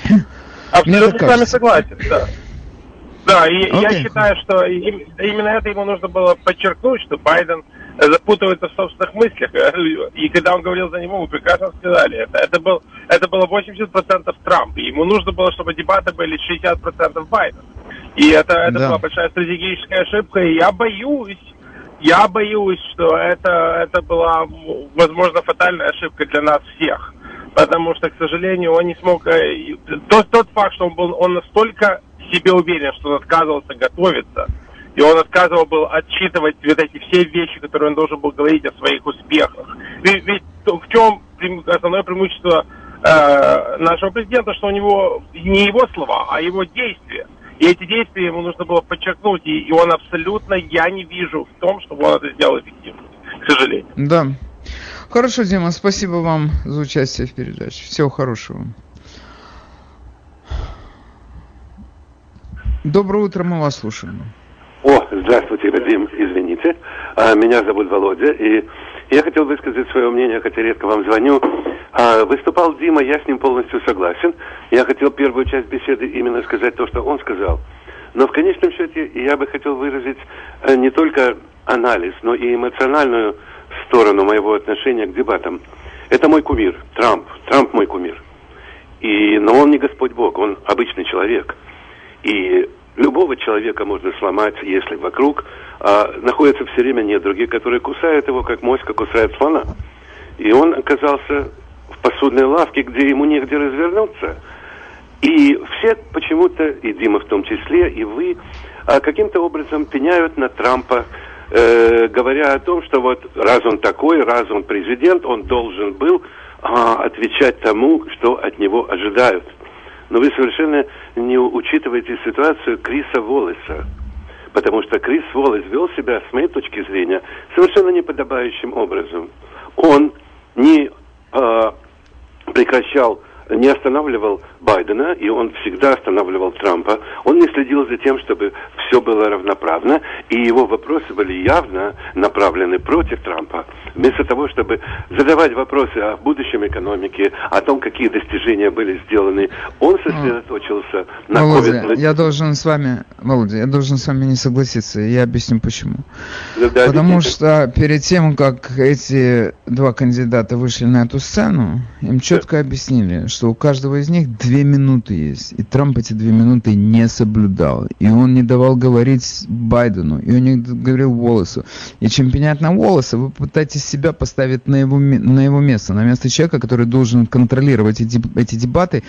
Абсолютно с вами согласен, да. Да, и okay. я считаю, что именно это ему нужно было подчеркнуть, что Байден запутывается в собственных мыслях. И когда он говорил за него, вы прекрасно сказали, это, это, был, это было восемьдесят процентов Трамп. И ему нужно было, чтобы дебаты были шестьдесят процентов Байден. И это, это да. была большая стратегическая ошибка. И я боюсь, Я боюсь, что это, это была, возможно, фатальная ошибка для нас всех. Потому что, к сожалению, он не смог... Тот, тот факт, что он был он настолько в себе уверен, что он отказывался готовиться, и он отказывал был отчитывать вот эти все вещи, которые он должен был говорить о своих успехах. Ведь, ведь в чем основное преимущество э, нашего президента, что у него не его слова, а его действия. И эти действия ему нужно было подчеркнуть, и, и он абсолютно, я не вижу в том, чтобы он это сделал эффективно, к сожалению. Да. Хорошо, Дима, спасибо вам за участие в передаче. Всего хорошего. Доброе утро, мы вас слушаем. О, здравствуйте, Вадим, извините. А, меня зовут Володя, и я хотел высказать свое мнение, хотя редко вам звоню. А, выступал Дима, я с ним полностью согласен. Я хотел первую часть беседы именно сказать то, что он сказал. Но в конечном счете я бы хотел выразить не только анализ, но и эмоциональную сторону моего отношения к дебатам. Это мой кумир, Трамп. Трамп мой кумир. И, но он не Господь Бог, он обычный человек. И любого человека можно сломать, если вокруг а, находятся все время недруги, которые кусают его, как моська кусает слона. И он оказался в посудной лавке, где ему негде развернуться. И все почему-то, и Дима в том числе, и вы, каким-то образом пеняют на Трампа, э, говоря о том, что вот раз он такой, раз он президент, он должен был а, отвечать тому, что от него ожидают. Но вы совершенно не учитываете ситуацию Криса Уоллеса. Потому что Крис Уоллес вел себя, с моей точки зрения, совершенно неподобающим образом. Он не э, прекращал, не останавливал Байдена, и он всегда останавливал Трампа. Он не следил за тем, чтобы все было равноправно, и его вопросы были явно направлены против Трампа. Вместо того, чтобы задавать вопросы о будущем экономики, о том, какие достижения были сделаны, он сосредоточился на Володя, ковид. я должен с вами, Володя, я должен с вами не согласиться, и я объясню почему. Да, да, Потому объясните. что перед тем, как эти два кандидата вышли на эту сцену, им четко да. объяснили, что у каждого из них две минуты есть. И Трамп эти две минуты не соблюдал. И он не давал говорить Байдену. И он не говорил Уоллесу. И чем пенять на Уоллеса, вы пытаетесь себя поставить на его, на его место. На место человека, который должен контролировать эти, эти дебаты.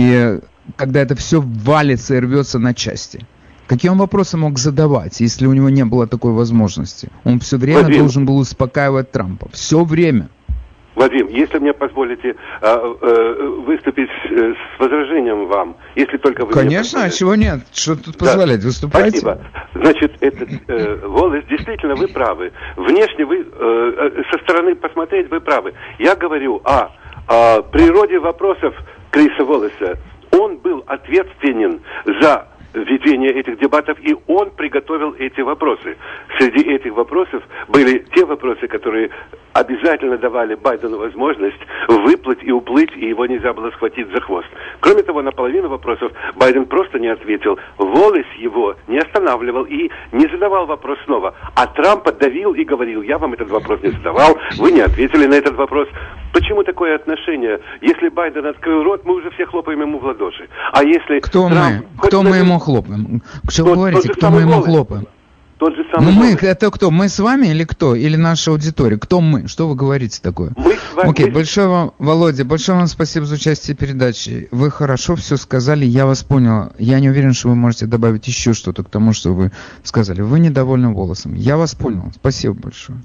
И когда это все валится и рвется на части. Какие он вопросы мог задавать, если у него не было такой возможности? Он все время Вадим. должен был успокаивать Трампа. Все время. Вадим, если мне позволите э, э, выступить с, с возражением вам, если только вы Конечно, а чего нет? Что тут позволять? Да. Выступайте. Спасибо. Значит, этот э, Уоллес, действительно, вы правы. Внешне вы, э, со стороны посмотреть, вы правы. Я говорю о, о природе вопросов Криса Уоллеса. Он был ответственен за ведение этих дебатов, и он приготовил эти вопросы. Среди этих вопросов были те вопросы, которые обязательно давали Байдену возможность выплыть и уплыть, и его нельзя было схватить за хвост. Кроме того, на половину вопросов Байден просто не ответил. Уоллес его не останавливал и не задавал вопрос снова. А Трампа давил и говорил: я вам этот вопрос не задавал, вы не ответили на этот вопрос. Почему такое отношение? Если Байден открыл рот, мы уже все хлопаем ему в ладоши. А если Кто Трамп... мы? Кто мы ему хлопаем? Что Тот- вы говорите? тот же Кто мы самый ему Уоллес. хлопаем? Тот же самый Ну мы, Уоллес. это кто? Мы с вами или кто? Или наша аудитория? Кто мы? Что вы говорите такое? Мы с вами... Окей, большое вам, Володя, большое вам спасибо за участие в передаче. Вы хорошо все сказали, я вас понял. Я не уверен, что вы можете добавить еще что-то к тому, что вы сказали. Вы недовольны голосом. Я вас понял. Спасибо большое.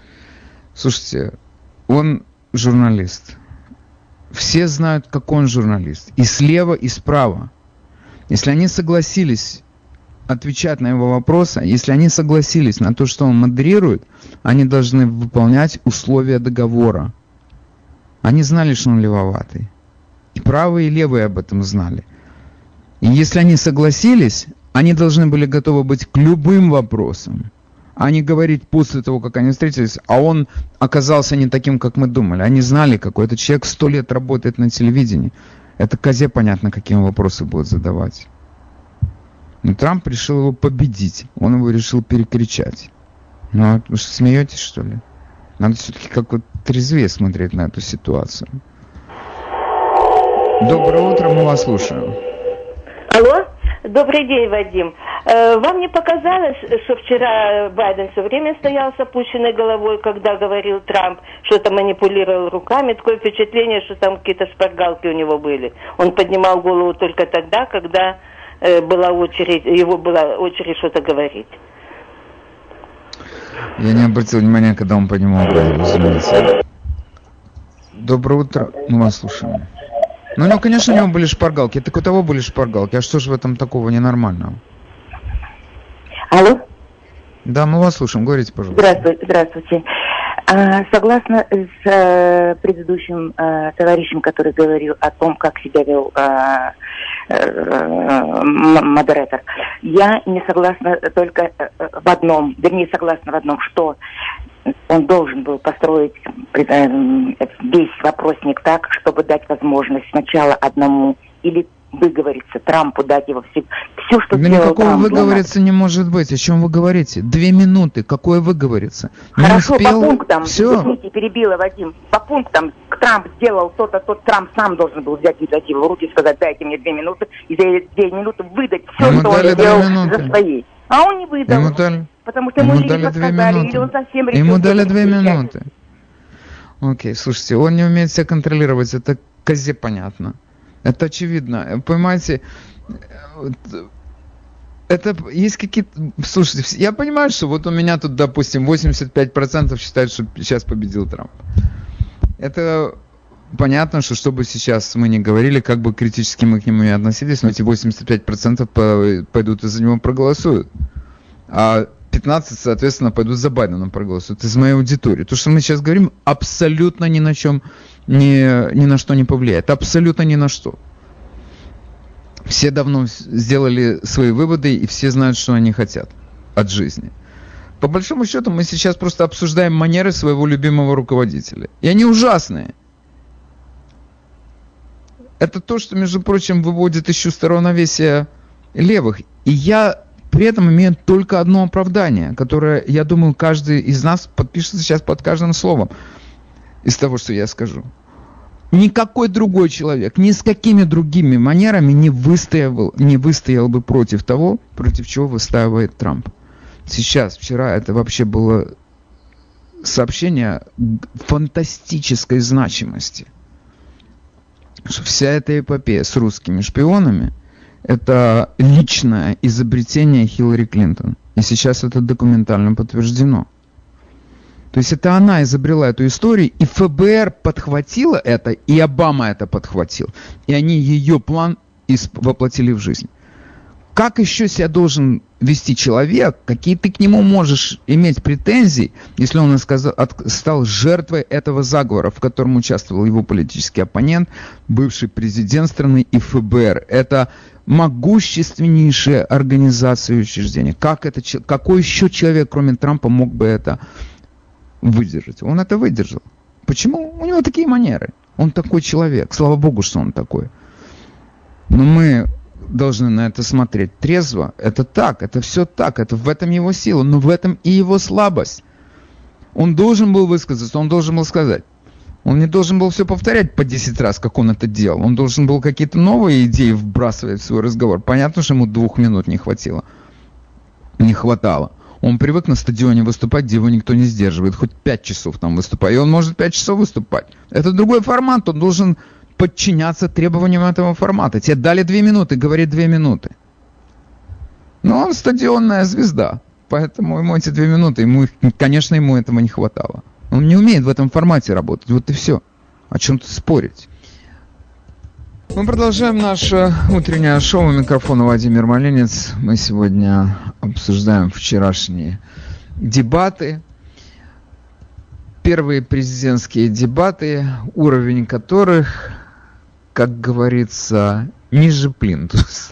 Слушайте, он журналист. Все знают, какой он журналист. И слева, и справа. Если они согласились отвечать на его вопросы, если они согласились на то, что он модерирует, они должны выполнять условия договора. Они знали, что он левоватый. И правые, и левые об этом знали. И если они согласились, они должны были готовы быть к любым вопросам, а не говорить после того, как они встретились, а он оказался не таким, как мы думали. Они знали, какой этот человек сто лет работает на телевидении. Это козе понятно, какие он вопросы будет задавать. Но Трамп решил его победить. Он его решил перекричать. Ну, а вы что, смеетесь, что ли? Надо все-таки как-то трезвее смотреть на эту ситуацию. Доброе утро, мы вас слушаем. Алло, добрый день, Вадим. Э, Вам не показалось, что вчера Байден все время стоял с опущенной головой, когда говорил Трамп, что-то манипулировал руками? Такое впечатление, что там какие-то шпаргалки у него были. Он поднимал голову только тогда, когда э, была очередь, его была очередь что-то говорить. Я не обратил внимания, когда он поднимал голову, извините. Доброе утро, мы вас слушаем. Ну, у него, конечно, у него были шпаргалки. Так у того были шпаргалки. А что же в этом такого ненормального? Алло? Да, мы вас слушаем. Говорите, пожалуйста. Здравствуйте. Здравствуйте. А, согласно с а, предыдущим а, товарищем, который говорил о том, как себя вел а, а, модератор, я не согласна только в одном, вернее, согласна в одном, что он должен был построить весь вопросник так, чтобы дать возможность сначала одному или выговориться Трампу, дать его все, все что Да сделал никакого Трамп. выговориться не может быть. О чем вы говорите? Две минуты. Какое выговориться? Не Хорошо, успел... по пунктам, Все. извините, перебила Вадим, по пунктам Трамп сделал то-то, тот Трамп сам должен был взять инициативу в руки и сказать: дайте мне две минуты, и за эти две минуты выдать все, Ему что он дали две сделал минуты. за свои. А он не выдал. Ему дали, Потому что ему, ему или дали две подсказали, минуты. или он совсем решил Ему дали что-то две кричать. минуты. Окей, слушайте, он не умеет себя контролировать, это козе понятно. Это очевидно. Понимаете, это есть какие-то... Слушайте, я понимаю, что вот у меня тут, допустим, восемьдесят пять процентов считают, что сейчас победил Трамп. Это понятно, что что бы сейчас мы ни говорили, как бы критически мы к нему не относились, но эти восемьдесят пять процентов пойдут и за него проголосуют. А пятнадцать процентов, соответственно, пойдут за Байдена проголосуют из моей аудитории. То, что мы сейчас говорим, абсолютно ни на чем, ни, ни на что не повлияет. Абсолютно ни на что. Все давно сделали свои выводы, и все знают, что они хотят от жизни. По большому счету, мы сейчас просто обсуждаем манеры своего любимого руководителя. И они ужасные. Это то, что, между прочим, выводит из чувства равновесия левых. И я при этом имею только одно оправдание, которое, я думаю, каждый из нас подпишется сейчас под каждым словом из того, что я скажу. Никакой другой человек, ни с какими другими манерами не выстоял, не выстоял бы против того, против чего выстаивает Трамп. Сейчас, вчера, это вообще было сообщение фантастической значимости. Что вся эта эпопея с русскими шпионами – это личное изобретение Хиллари Клинтон. И сейчас это документально подтверждено. То есть это она изобрела эту историю, и эф бэ эр подхватила это, и Обама это подхватил. И они ее план воплотили в жизнь. Как еще себя должен вести человек, какие ты к нему можешь иметь претензии, если он стал жертвой этого заговора, в котором участвовал его политический оппонент, бывший президент страны и эф бэ эр. Это могущественнейшая организация и учреждение. Как это, какой еще человек, кроме Трампа, мог бы это выдержать? Он это выдержал. Почему? У него такие манеры. Он такой человек. Слава Богу, что он такой. Но мы должны на это смотреть трезво. Это так, это все так, это в этом его сила, но в этом и его слабость. Он должен был высказаться, он должен был сказать. Он не должен был все повторять по десять раз, как он это делал. Он должен был какие-то новые идеи вбрасывать в свой разговор. Понятно, что ему двух минут не хватило. Не хватало. Он привык на стадионе выступать, где его никто не сдерживает. Хоть пять часов там выступать. И он может пять часов выступать. Это другой формат, он должен подчиняться требованиям этого формата. Тебе дали две минуты, говори две минуты. Но он стадионная звезда. Поэтому ему эти две минуты, ему, конечно, ему этого не хватало. Он не умеет в этом формате работать. Вот и все. О чем тут спорить? Мы продолжаем наше утреннее шоу. У микрофона Владимир Малинец. Мы сегодня обсуждаем вчерашние дебаты. Первые президентские дебаты, уровень которых, как говорится, ниже плинтуса.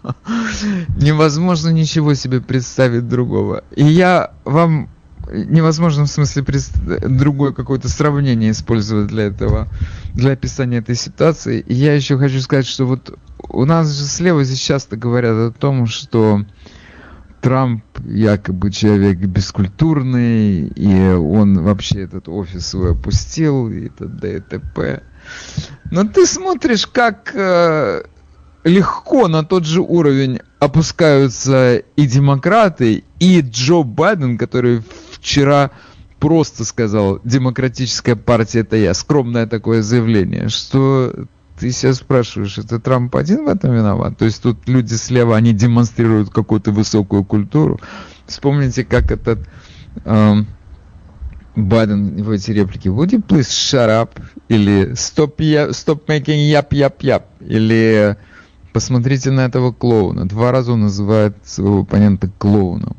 Невозможно ничего себе представить другого. И я вам невозможно в смысле другое какое-то сравнение использовать для этого, для описания этой ситуации. И я еще хочу сказать, что вот у нас же слева здесь часто говорят о том, что Трамп якобы человек бескультурный, и он вообще этот офис свой опустил, и т.д. и т.п. Но ты смотришь, как э, легко на тот же уровень опускаются и демократы, и Джо Байден, который вчера просто сказал: демократическая партия — это я. Скромное такое заявление, что ты себя спрашиваешь, это Трамп один в этом виноват? То есть тут люди слева, они демонстрируют какую-то высокую культуру. Вспомните, как этот эм, Байден в эти реплики: would you please shut up? Или stop, ya- stop making yap yap yap? Или посмотрите на этого клоуна. Два раза он называет своего оппонента клоуном.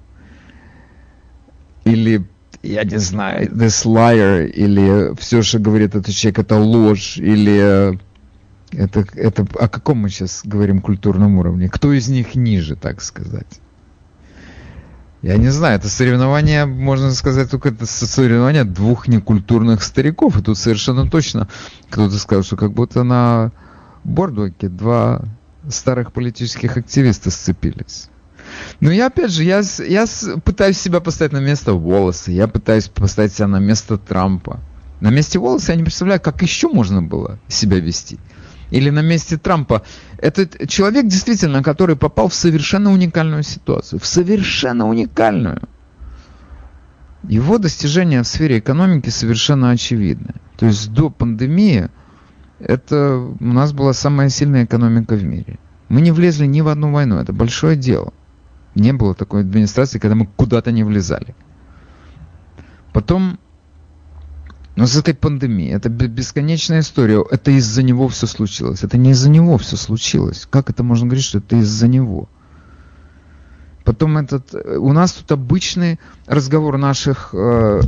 Или, я не знаю, this liar, или все, что говорит этот человек, это ложь, или это, это о каком мы сейчас говорим культурном уровне? Кто из них ниже, так сказать? Я не знаю, это соревнование, можно сказать, только это соревнование двух некультурных стариков. И тут совершенно точно кто-то сказал, что как будто на бордвоке два старых политических активиста сцепились. Но я, опять же, я, я пытаюсь себя поставить на место Уоллеса, я пытаюсь поставить себя на место Трампа. На месте Уоллеса я не представляю, как еще можно было себя вести. Или на месте Трампа. Это человек, действительно, который попал в совершенно уникальную ситуацию. В совершенно уникальную. Его достижения в сфере экономики совершенно очевидны. То есть до пандемии Это у нас была самая сильная экономика в мире. Мы не влезли ни в одну войну. Это большое дело. Не было такой администрации, когда мы куда-то не влезали. Потом, ну, с этой пандемией, это бесконечная история. Это из-за него все случилось. Это не из-за него все случилось. Как это можно говорить, что это из-за него? Потом этот... У нас тут обычный разговор наших э,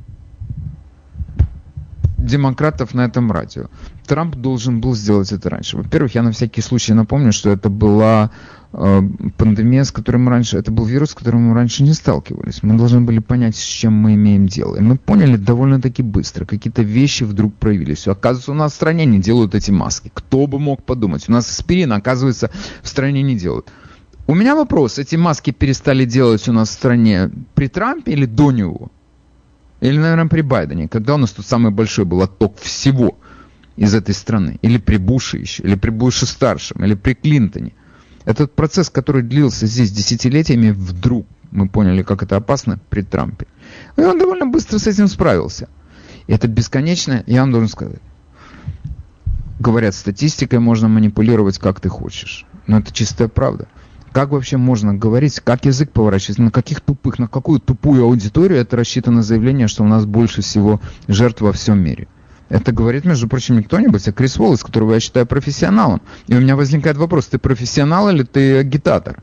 демократов на этом радио. Трамп должен был сделать это раньше. Во-первых, я на всякий случай напомню, что это была э, пандемия, с которой мы раньше... Это был вирус, с которым мы раньше не сталкивались. Мы должны были понять, с чем мы имеем дело. И мы поняли довольно-таки быстро. Какие-то вещи вдруг проявились. Оказывается, у нас в стране не делают эти маски. Кто бы мог подумать? У нас аспирин, оказывается, в стране не делают. У меня вопрос. Эти маски перестали делать у нас в стране при Трампе или до него? Или, наверное, при Байдене? Когда у нас тут самый большой был отток всего из этой страны? Или при Буше еще? Или при Буше-старшем? Или при Клинтоне? Этот процесс, который длился здесь десятилетиями, вдруг мы поняли, как это опасно при Трампе. И он довольно быстро с этим справился. И это бесконечно, я вам должен сказать. Говорят, статистикой можно манипулировать, как ты хочешь. Но это чистая правда. Как вообще можно говорить, как язык поворачивать, на каких тупых, на какую тупую аудиторию это рассчитано заявление, что у нас больше всего жертв во всем мире? Это говорит, между прочим, не кто-нибудь, а Крис Уоллес, которого я считаю профессионалом. И у меня возникает вопрос, ты профессионал или ты агитатор?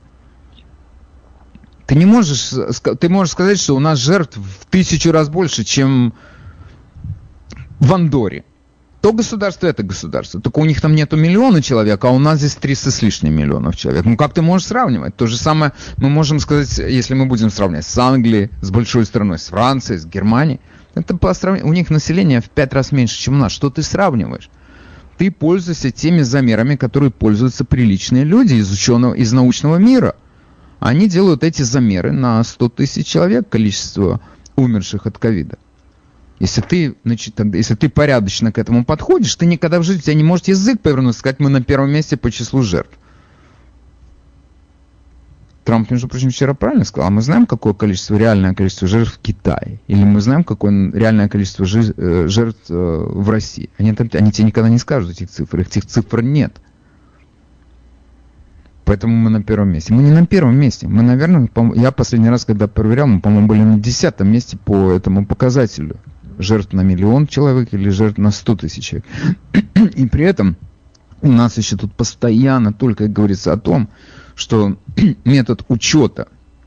Ты не можешь, ты можешь сказать, что у нас жертв в тысячу раз больше, чем в Андорре. То государство, это государство. Только у них там нету миллиона человек, а у нас здесь триста с лишним миллионов человек. Ну как ты можешь сравнивать? То же самое мы можем сказать, если мы будем сравнивать с Англией, с большой страной, с Францией, с Германией. Это по сравнению, у них население в пять раз меньше, чем у нас. Что ты сравниваешь? Ты пользуешься теми замерами, которые пользуются приличные люди из ученого, из научного мира. Они делают эти замеры на сто тысяч человек, количество умерших от ковида. Если ты, значит, тогда, если ты порядочно к этому подходишь, ты никогда в жизни, у тебя не может язык повернуться, сказать, мы на первом месте по числу жертв. Трамп, между прочим, вчера правильно сказал, а мы знаем, какое количество, реальное количество жертв в Китае? Или мы знаем, какое реальное количество жертв в России? Они, они тебе никогда не скажут этих цифр, этих цифр нет. Поэтому мы на первом месте. Мы не на первом месте. Мы, наверное, я последний раз, когда проверял, мы, по-моему, были на десятом месте по этому показателю. Жертв на миллион человек или жертв на сто тысяч человек. И при этом у нас еще тут постоянно только говорится о том, что метод учета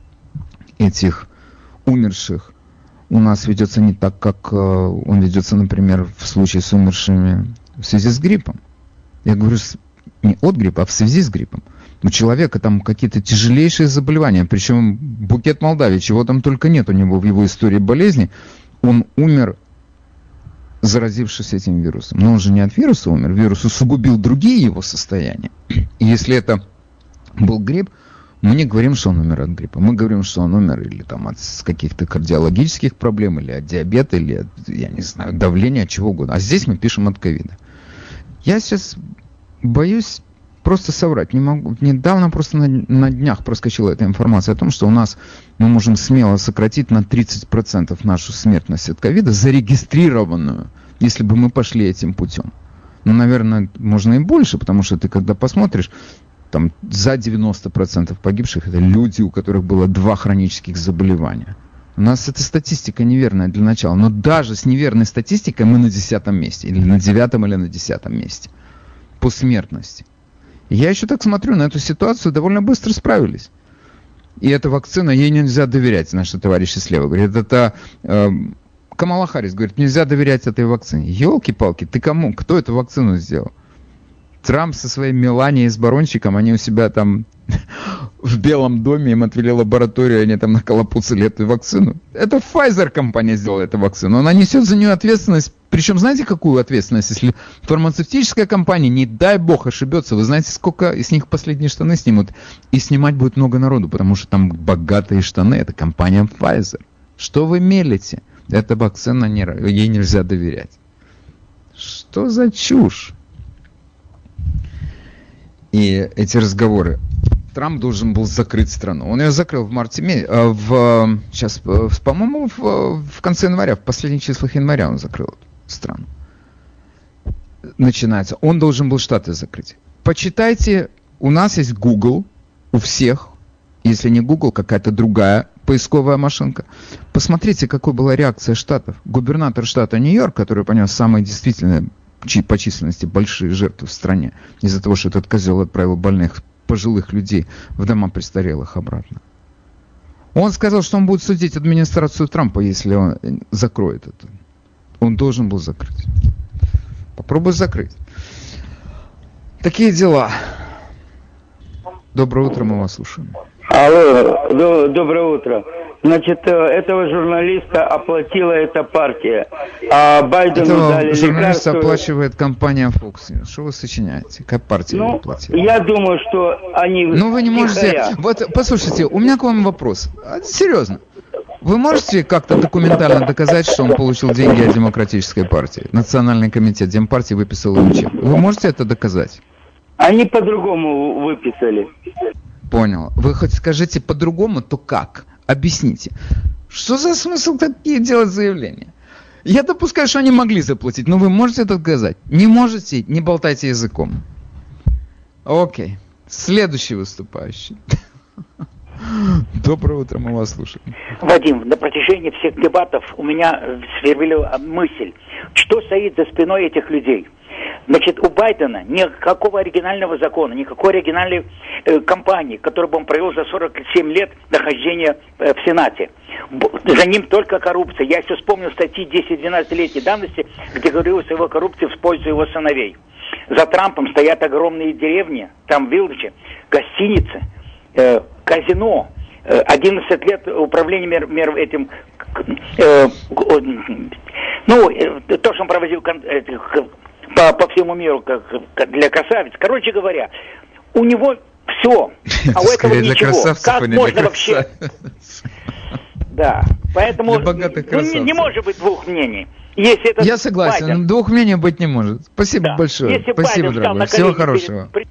этих умерших у нас ведется не так, как он ведется, например, в случае с умершими в связи с гриппом. Я говорю не от гриппа, а в связи с гриппом. У человека там какие-то тяжелейшие заболевания, причем букет Молдавии, чего там только нет у него в его истории болезни. Он умер, заразившись этим вирусом. Но он же не от вируса умер, вирус усугубил другие его состояния. И если это был грипп, мы не говорим, что он умер от гриппа. Мы говорим, что он умер или там от каких-то кардиологических проблем, или от диабета, или от, я не знаю, давления, от чего угодно. А здесь мы пишем от ковида. Я сейчас боюсь просто соврать. Не могу. Недавно просто на, на днях проскочила эта информация о том, что у нас мы можем смело сократить на тридцать процентов нашу смертность от ковида, зарегистрированную, если бы мы пошли этим путем. Ну, наверное, можно и больше, потому что ты когда посмотришь, там за девяносто процентов погибших это люди, у которых было два хронических заболевания. У нас эта статистика неверная для начала, но даже с неверной статистикой мы на десятом месте, или на девятом, или на десятом месте по смертности. Я еще так смотрю, на эту ситуацию довольно быстро справились. И эта вакцина, ей нельзя доверять, наши товарищи слева говорят. Это э, Камала Харрис говорит, нельзя доверять этой вакцине. Елки-палки, ты кому? Кто эту вакцину сделал? Трамп со своей Меланией с барончиком, они у себя там в Белом доме, им отвели лабораторию, они там наколопуцали эту вакцину. Это Pfizer компания сделала эту вакцину. Она несет за нее ответственность. Причем знаете, какую ответственность? Если фармацевтическая компания, не дай бог, ошибется, вы знаете, сколько с них последние штаны снимут? И снимать будет много народу, потому что там богатые штаны. Это компания Pfizer. Что вы мелите? Эта вакцина, не, ей нельзя доверять. Что за чушь? И эти разговоры. Трамп должен был закрыть страну. Он ее закрыл в марте, в, сейчас, по-моему, в, в конце января, в последних числах января он закрыл страну. начинается. Он должен был Штаты закрыть. Почитайте, у нас есть Google, у всех, если не Google, какая-то другая поисковая машинка. Посмотрите, какой была реакция Штатов. Губернатор штата Нью-Йорк, который понес самые действительно по численности большие жертвы в стране, из-за того, что этот козел отправил больных пожилых людей в дома престарелых обратно. Он сказал, что он будет судить администрацию Трампа, если он закроет это. Он должен был закрыть. Попробуй закрыть. Такие дела. Доброе утро, мы вас слушаем. Алло, до, доброе утро. Значит, этого журналиста оплатила эта партия, а Байдену этого дали журналиста лекарство... оплачивает компания Fox. Что вы сочиняете? Как партия ну, оплатила? Я думаю, что они... Ну, вы не можете... Тихоря. Вот, послушайте, у меня к вам вопрос. Серьезно. Вы можете как-то документально доказать, что он получил деньги от Демократической партии? Национальный комитет Демпартии выписал ему чек. Вы можете это доказать? Они по-другому выписали. Понял. Вы хоть скажите по-другому, то как? Объясните. Что за смысл такие делать заявления? Я допускаю, что они могли заплатить, но вы можете это доказать? Не можете? Не болтайте языком. Окей. Следующий выступающий. Доброе утро, мы вас слушаем. Вадим, на протяжении всех дебатов у меня свербила мысль, что стоит за спиной этих людей. Значит, у Байдена никакого оригинального закона, никакой оригинальной э, кампании, которую бы он провел за сорок семь лет нахождения э, в Сенате. Б- за ним только коррупция. Я еще вспомнил статьи десять-двенадцатилетней давности, где говорилось о его коррупции в пользу его сыновей. За Трампом стоят огромные деревни, там вилледжи, гостиницы, э, казино. Э, одиннадцать лет управления мер, мер, этим... Э, ну, э, то, что он проводил... Э, По, по всему миру, как, как для красавиц. Короче говоря, у него все, а у этого ничего. Как а можно вообще... Да, поэтому ну, не, не может быть двух мнений. Если это Я согласен, Байден... двух мнений быть не может. Спасибо да. большое. Если Спасибо, Байден дорогой. Всего хорошего. Перед...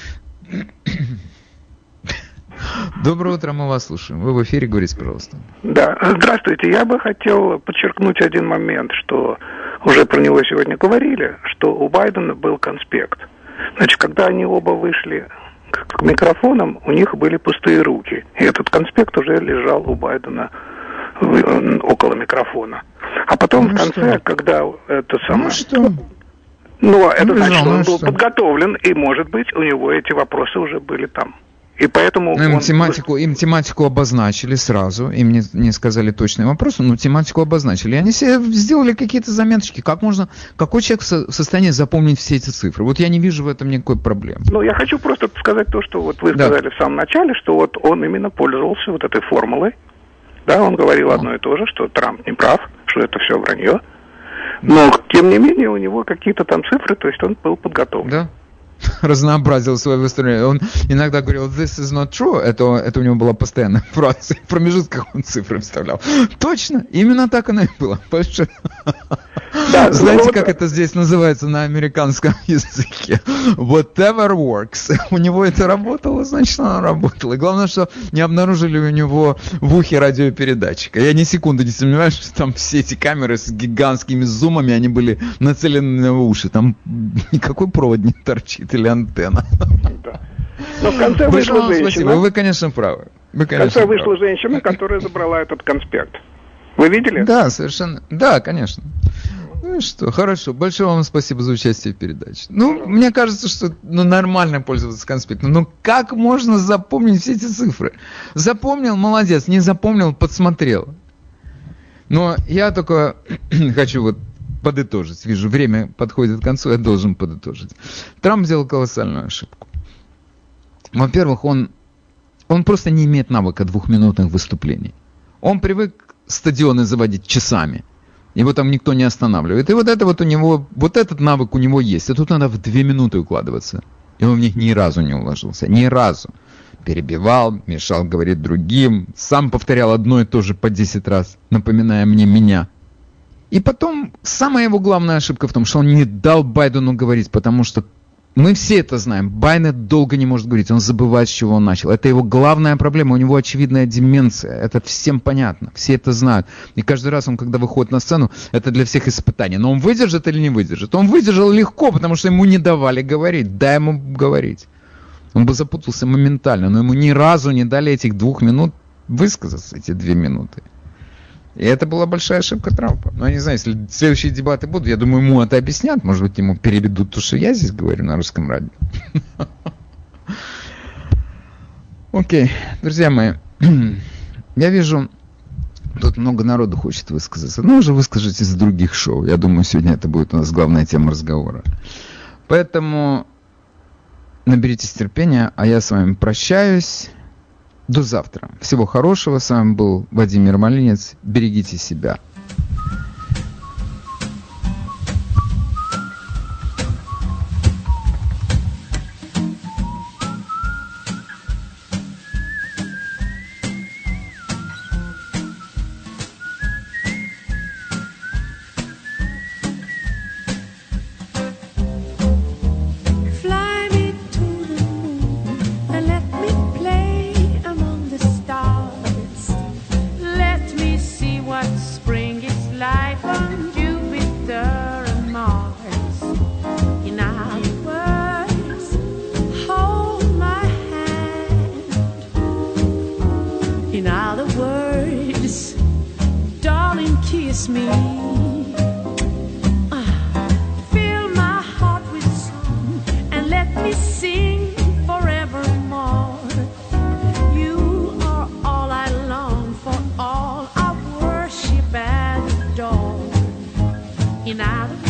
Доброе утро, мы вас слушаем. Вы в эфире, говорите, пожалуйста. Да, здравствуйте. Я бы хотел подчеркнуть один момент, что уже про него сегодня говорили, что у Байдена был конспект. Значит, когда они оба вышли к микрофонам, у них были пустые руки. И этот конспект уже лежал у Байдена около микрофона. А потом ну в конце, что? когда это самое... Ну что? Ну, это ну, значит, что он был что? подготовлен, и, может быть, у него эти вопросы уже были там. И поэтому ну, им, он... тематику, им тематику обозначили сразу, им не, не сказали точные вопросы, но тематику обозначили. И они себе сделали какие-то заметочки. Как можно, какой человек в состоянии запомнить все эти цифры? Вот я не вижу в этом никакой проблемы. Ну, я хочу просто сказать то, что вот вы да. сказали в самом начале, что вот он именно пользовался вот этой формулой. Да, он говорил одно и то же, что Трамп не прав, что это все вранье. Но, тем не менее, у него какие-то там цифры, то есть он был подготовлен. Да. Разнообразил свое выступление. Он иногда говорил «this is not true», это, это у него была постоянная фраза. В промежутках он цифры вставлял. Точно, именно так оно и было. Да, знаете, вот... как это здесь называется на американском языке? Whatever works. У него это работало, значит, оно работало. И главное, что не обнаружили у него в ухе радиопередатчика. Я ни секунды не сомневаюсь, что там все эти камеры с гигантскими зумами, они были нацелены на его уши. Там никакой провод не торчит или антенна. Да. Но в конце вышла женщина. Спасибо. Вы, конечно, правы. Вы, конечно, в конце вышла правы. женщина, которая забрала этот конспект. Вы видели? Да, совершенно. Да, конечно. Ну и что, хорошо. Большое вам спасибо за участие в передаче. Ну, мне кажется, что ну, нормально пользоваться конспектом. Но как можно запомнить все эти цифры? Запомнил, молодец. Не запомнил, подсмотрел. Но я только хочу вот подытожить. Вижу, время подходит к концу, я должен подытожить. Трамп сделал колоссальную ошибку. Во-первых, он, он просто не имеет навыка двухминутных выступлений. Он привык стадионы заводить часами. Его там никто не останавливает. И вот это вот у него, вот этот навык у него есть. А тут надо в две минуты укладываться. И он в них ни разу не уложился. Ни разу. Перебивал, мешал говорить другим. Сам повторял одно и то же по десять раз, напоминая мне меня. И потом, самая его главная ошибка в том, что он не дал Байдену говорить, потому что Мы все это знаем. Байден долго не может говорить, он забывает, с чего он начал. Это его главная проблема, у него очевидная деменция. Это всем понятно, все это знают. И каждый раз он, когда выходит на сцену, это для всех испытание. Но он выдержит или не выдержит? Он выдержал легко, потому что ему не давали говорить. Дай ему говорить. Он бы запутался моментально, но ему ни разу не дали этих двух минут высказаться, эти две минуты. И это была большая ошибка Трампа. Но я не знаю, если следующие дебаты будут, я думаю, ему это объяснят. Может быть, ему переведут то, что я здесь говорю на русском радио. Окей, друзья мои, я вижу, тут много народу хочет высказаться. Ну, уже выскажитесь из других шоу. Я думаю, сегодня это будет у нас главная тема разговора. Поэтому наберитесь терпения, а я с вами прощаюсь. До завтра. Всего хорошего. С вами был Вадим Ермолинец. Берегите себя. Me. Uh, fill my heart with song and let me sing forevermore. You are all I long for, all I worship and adore. In other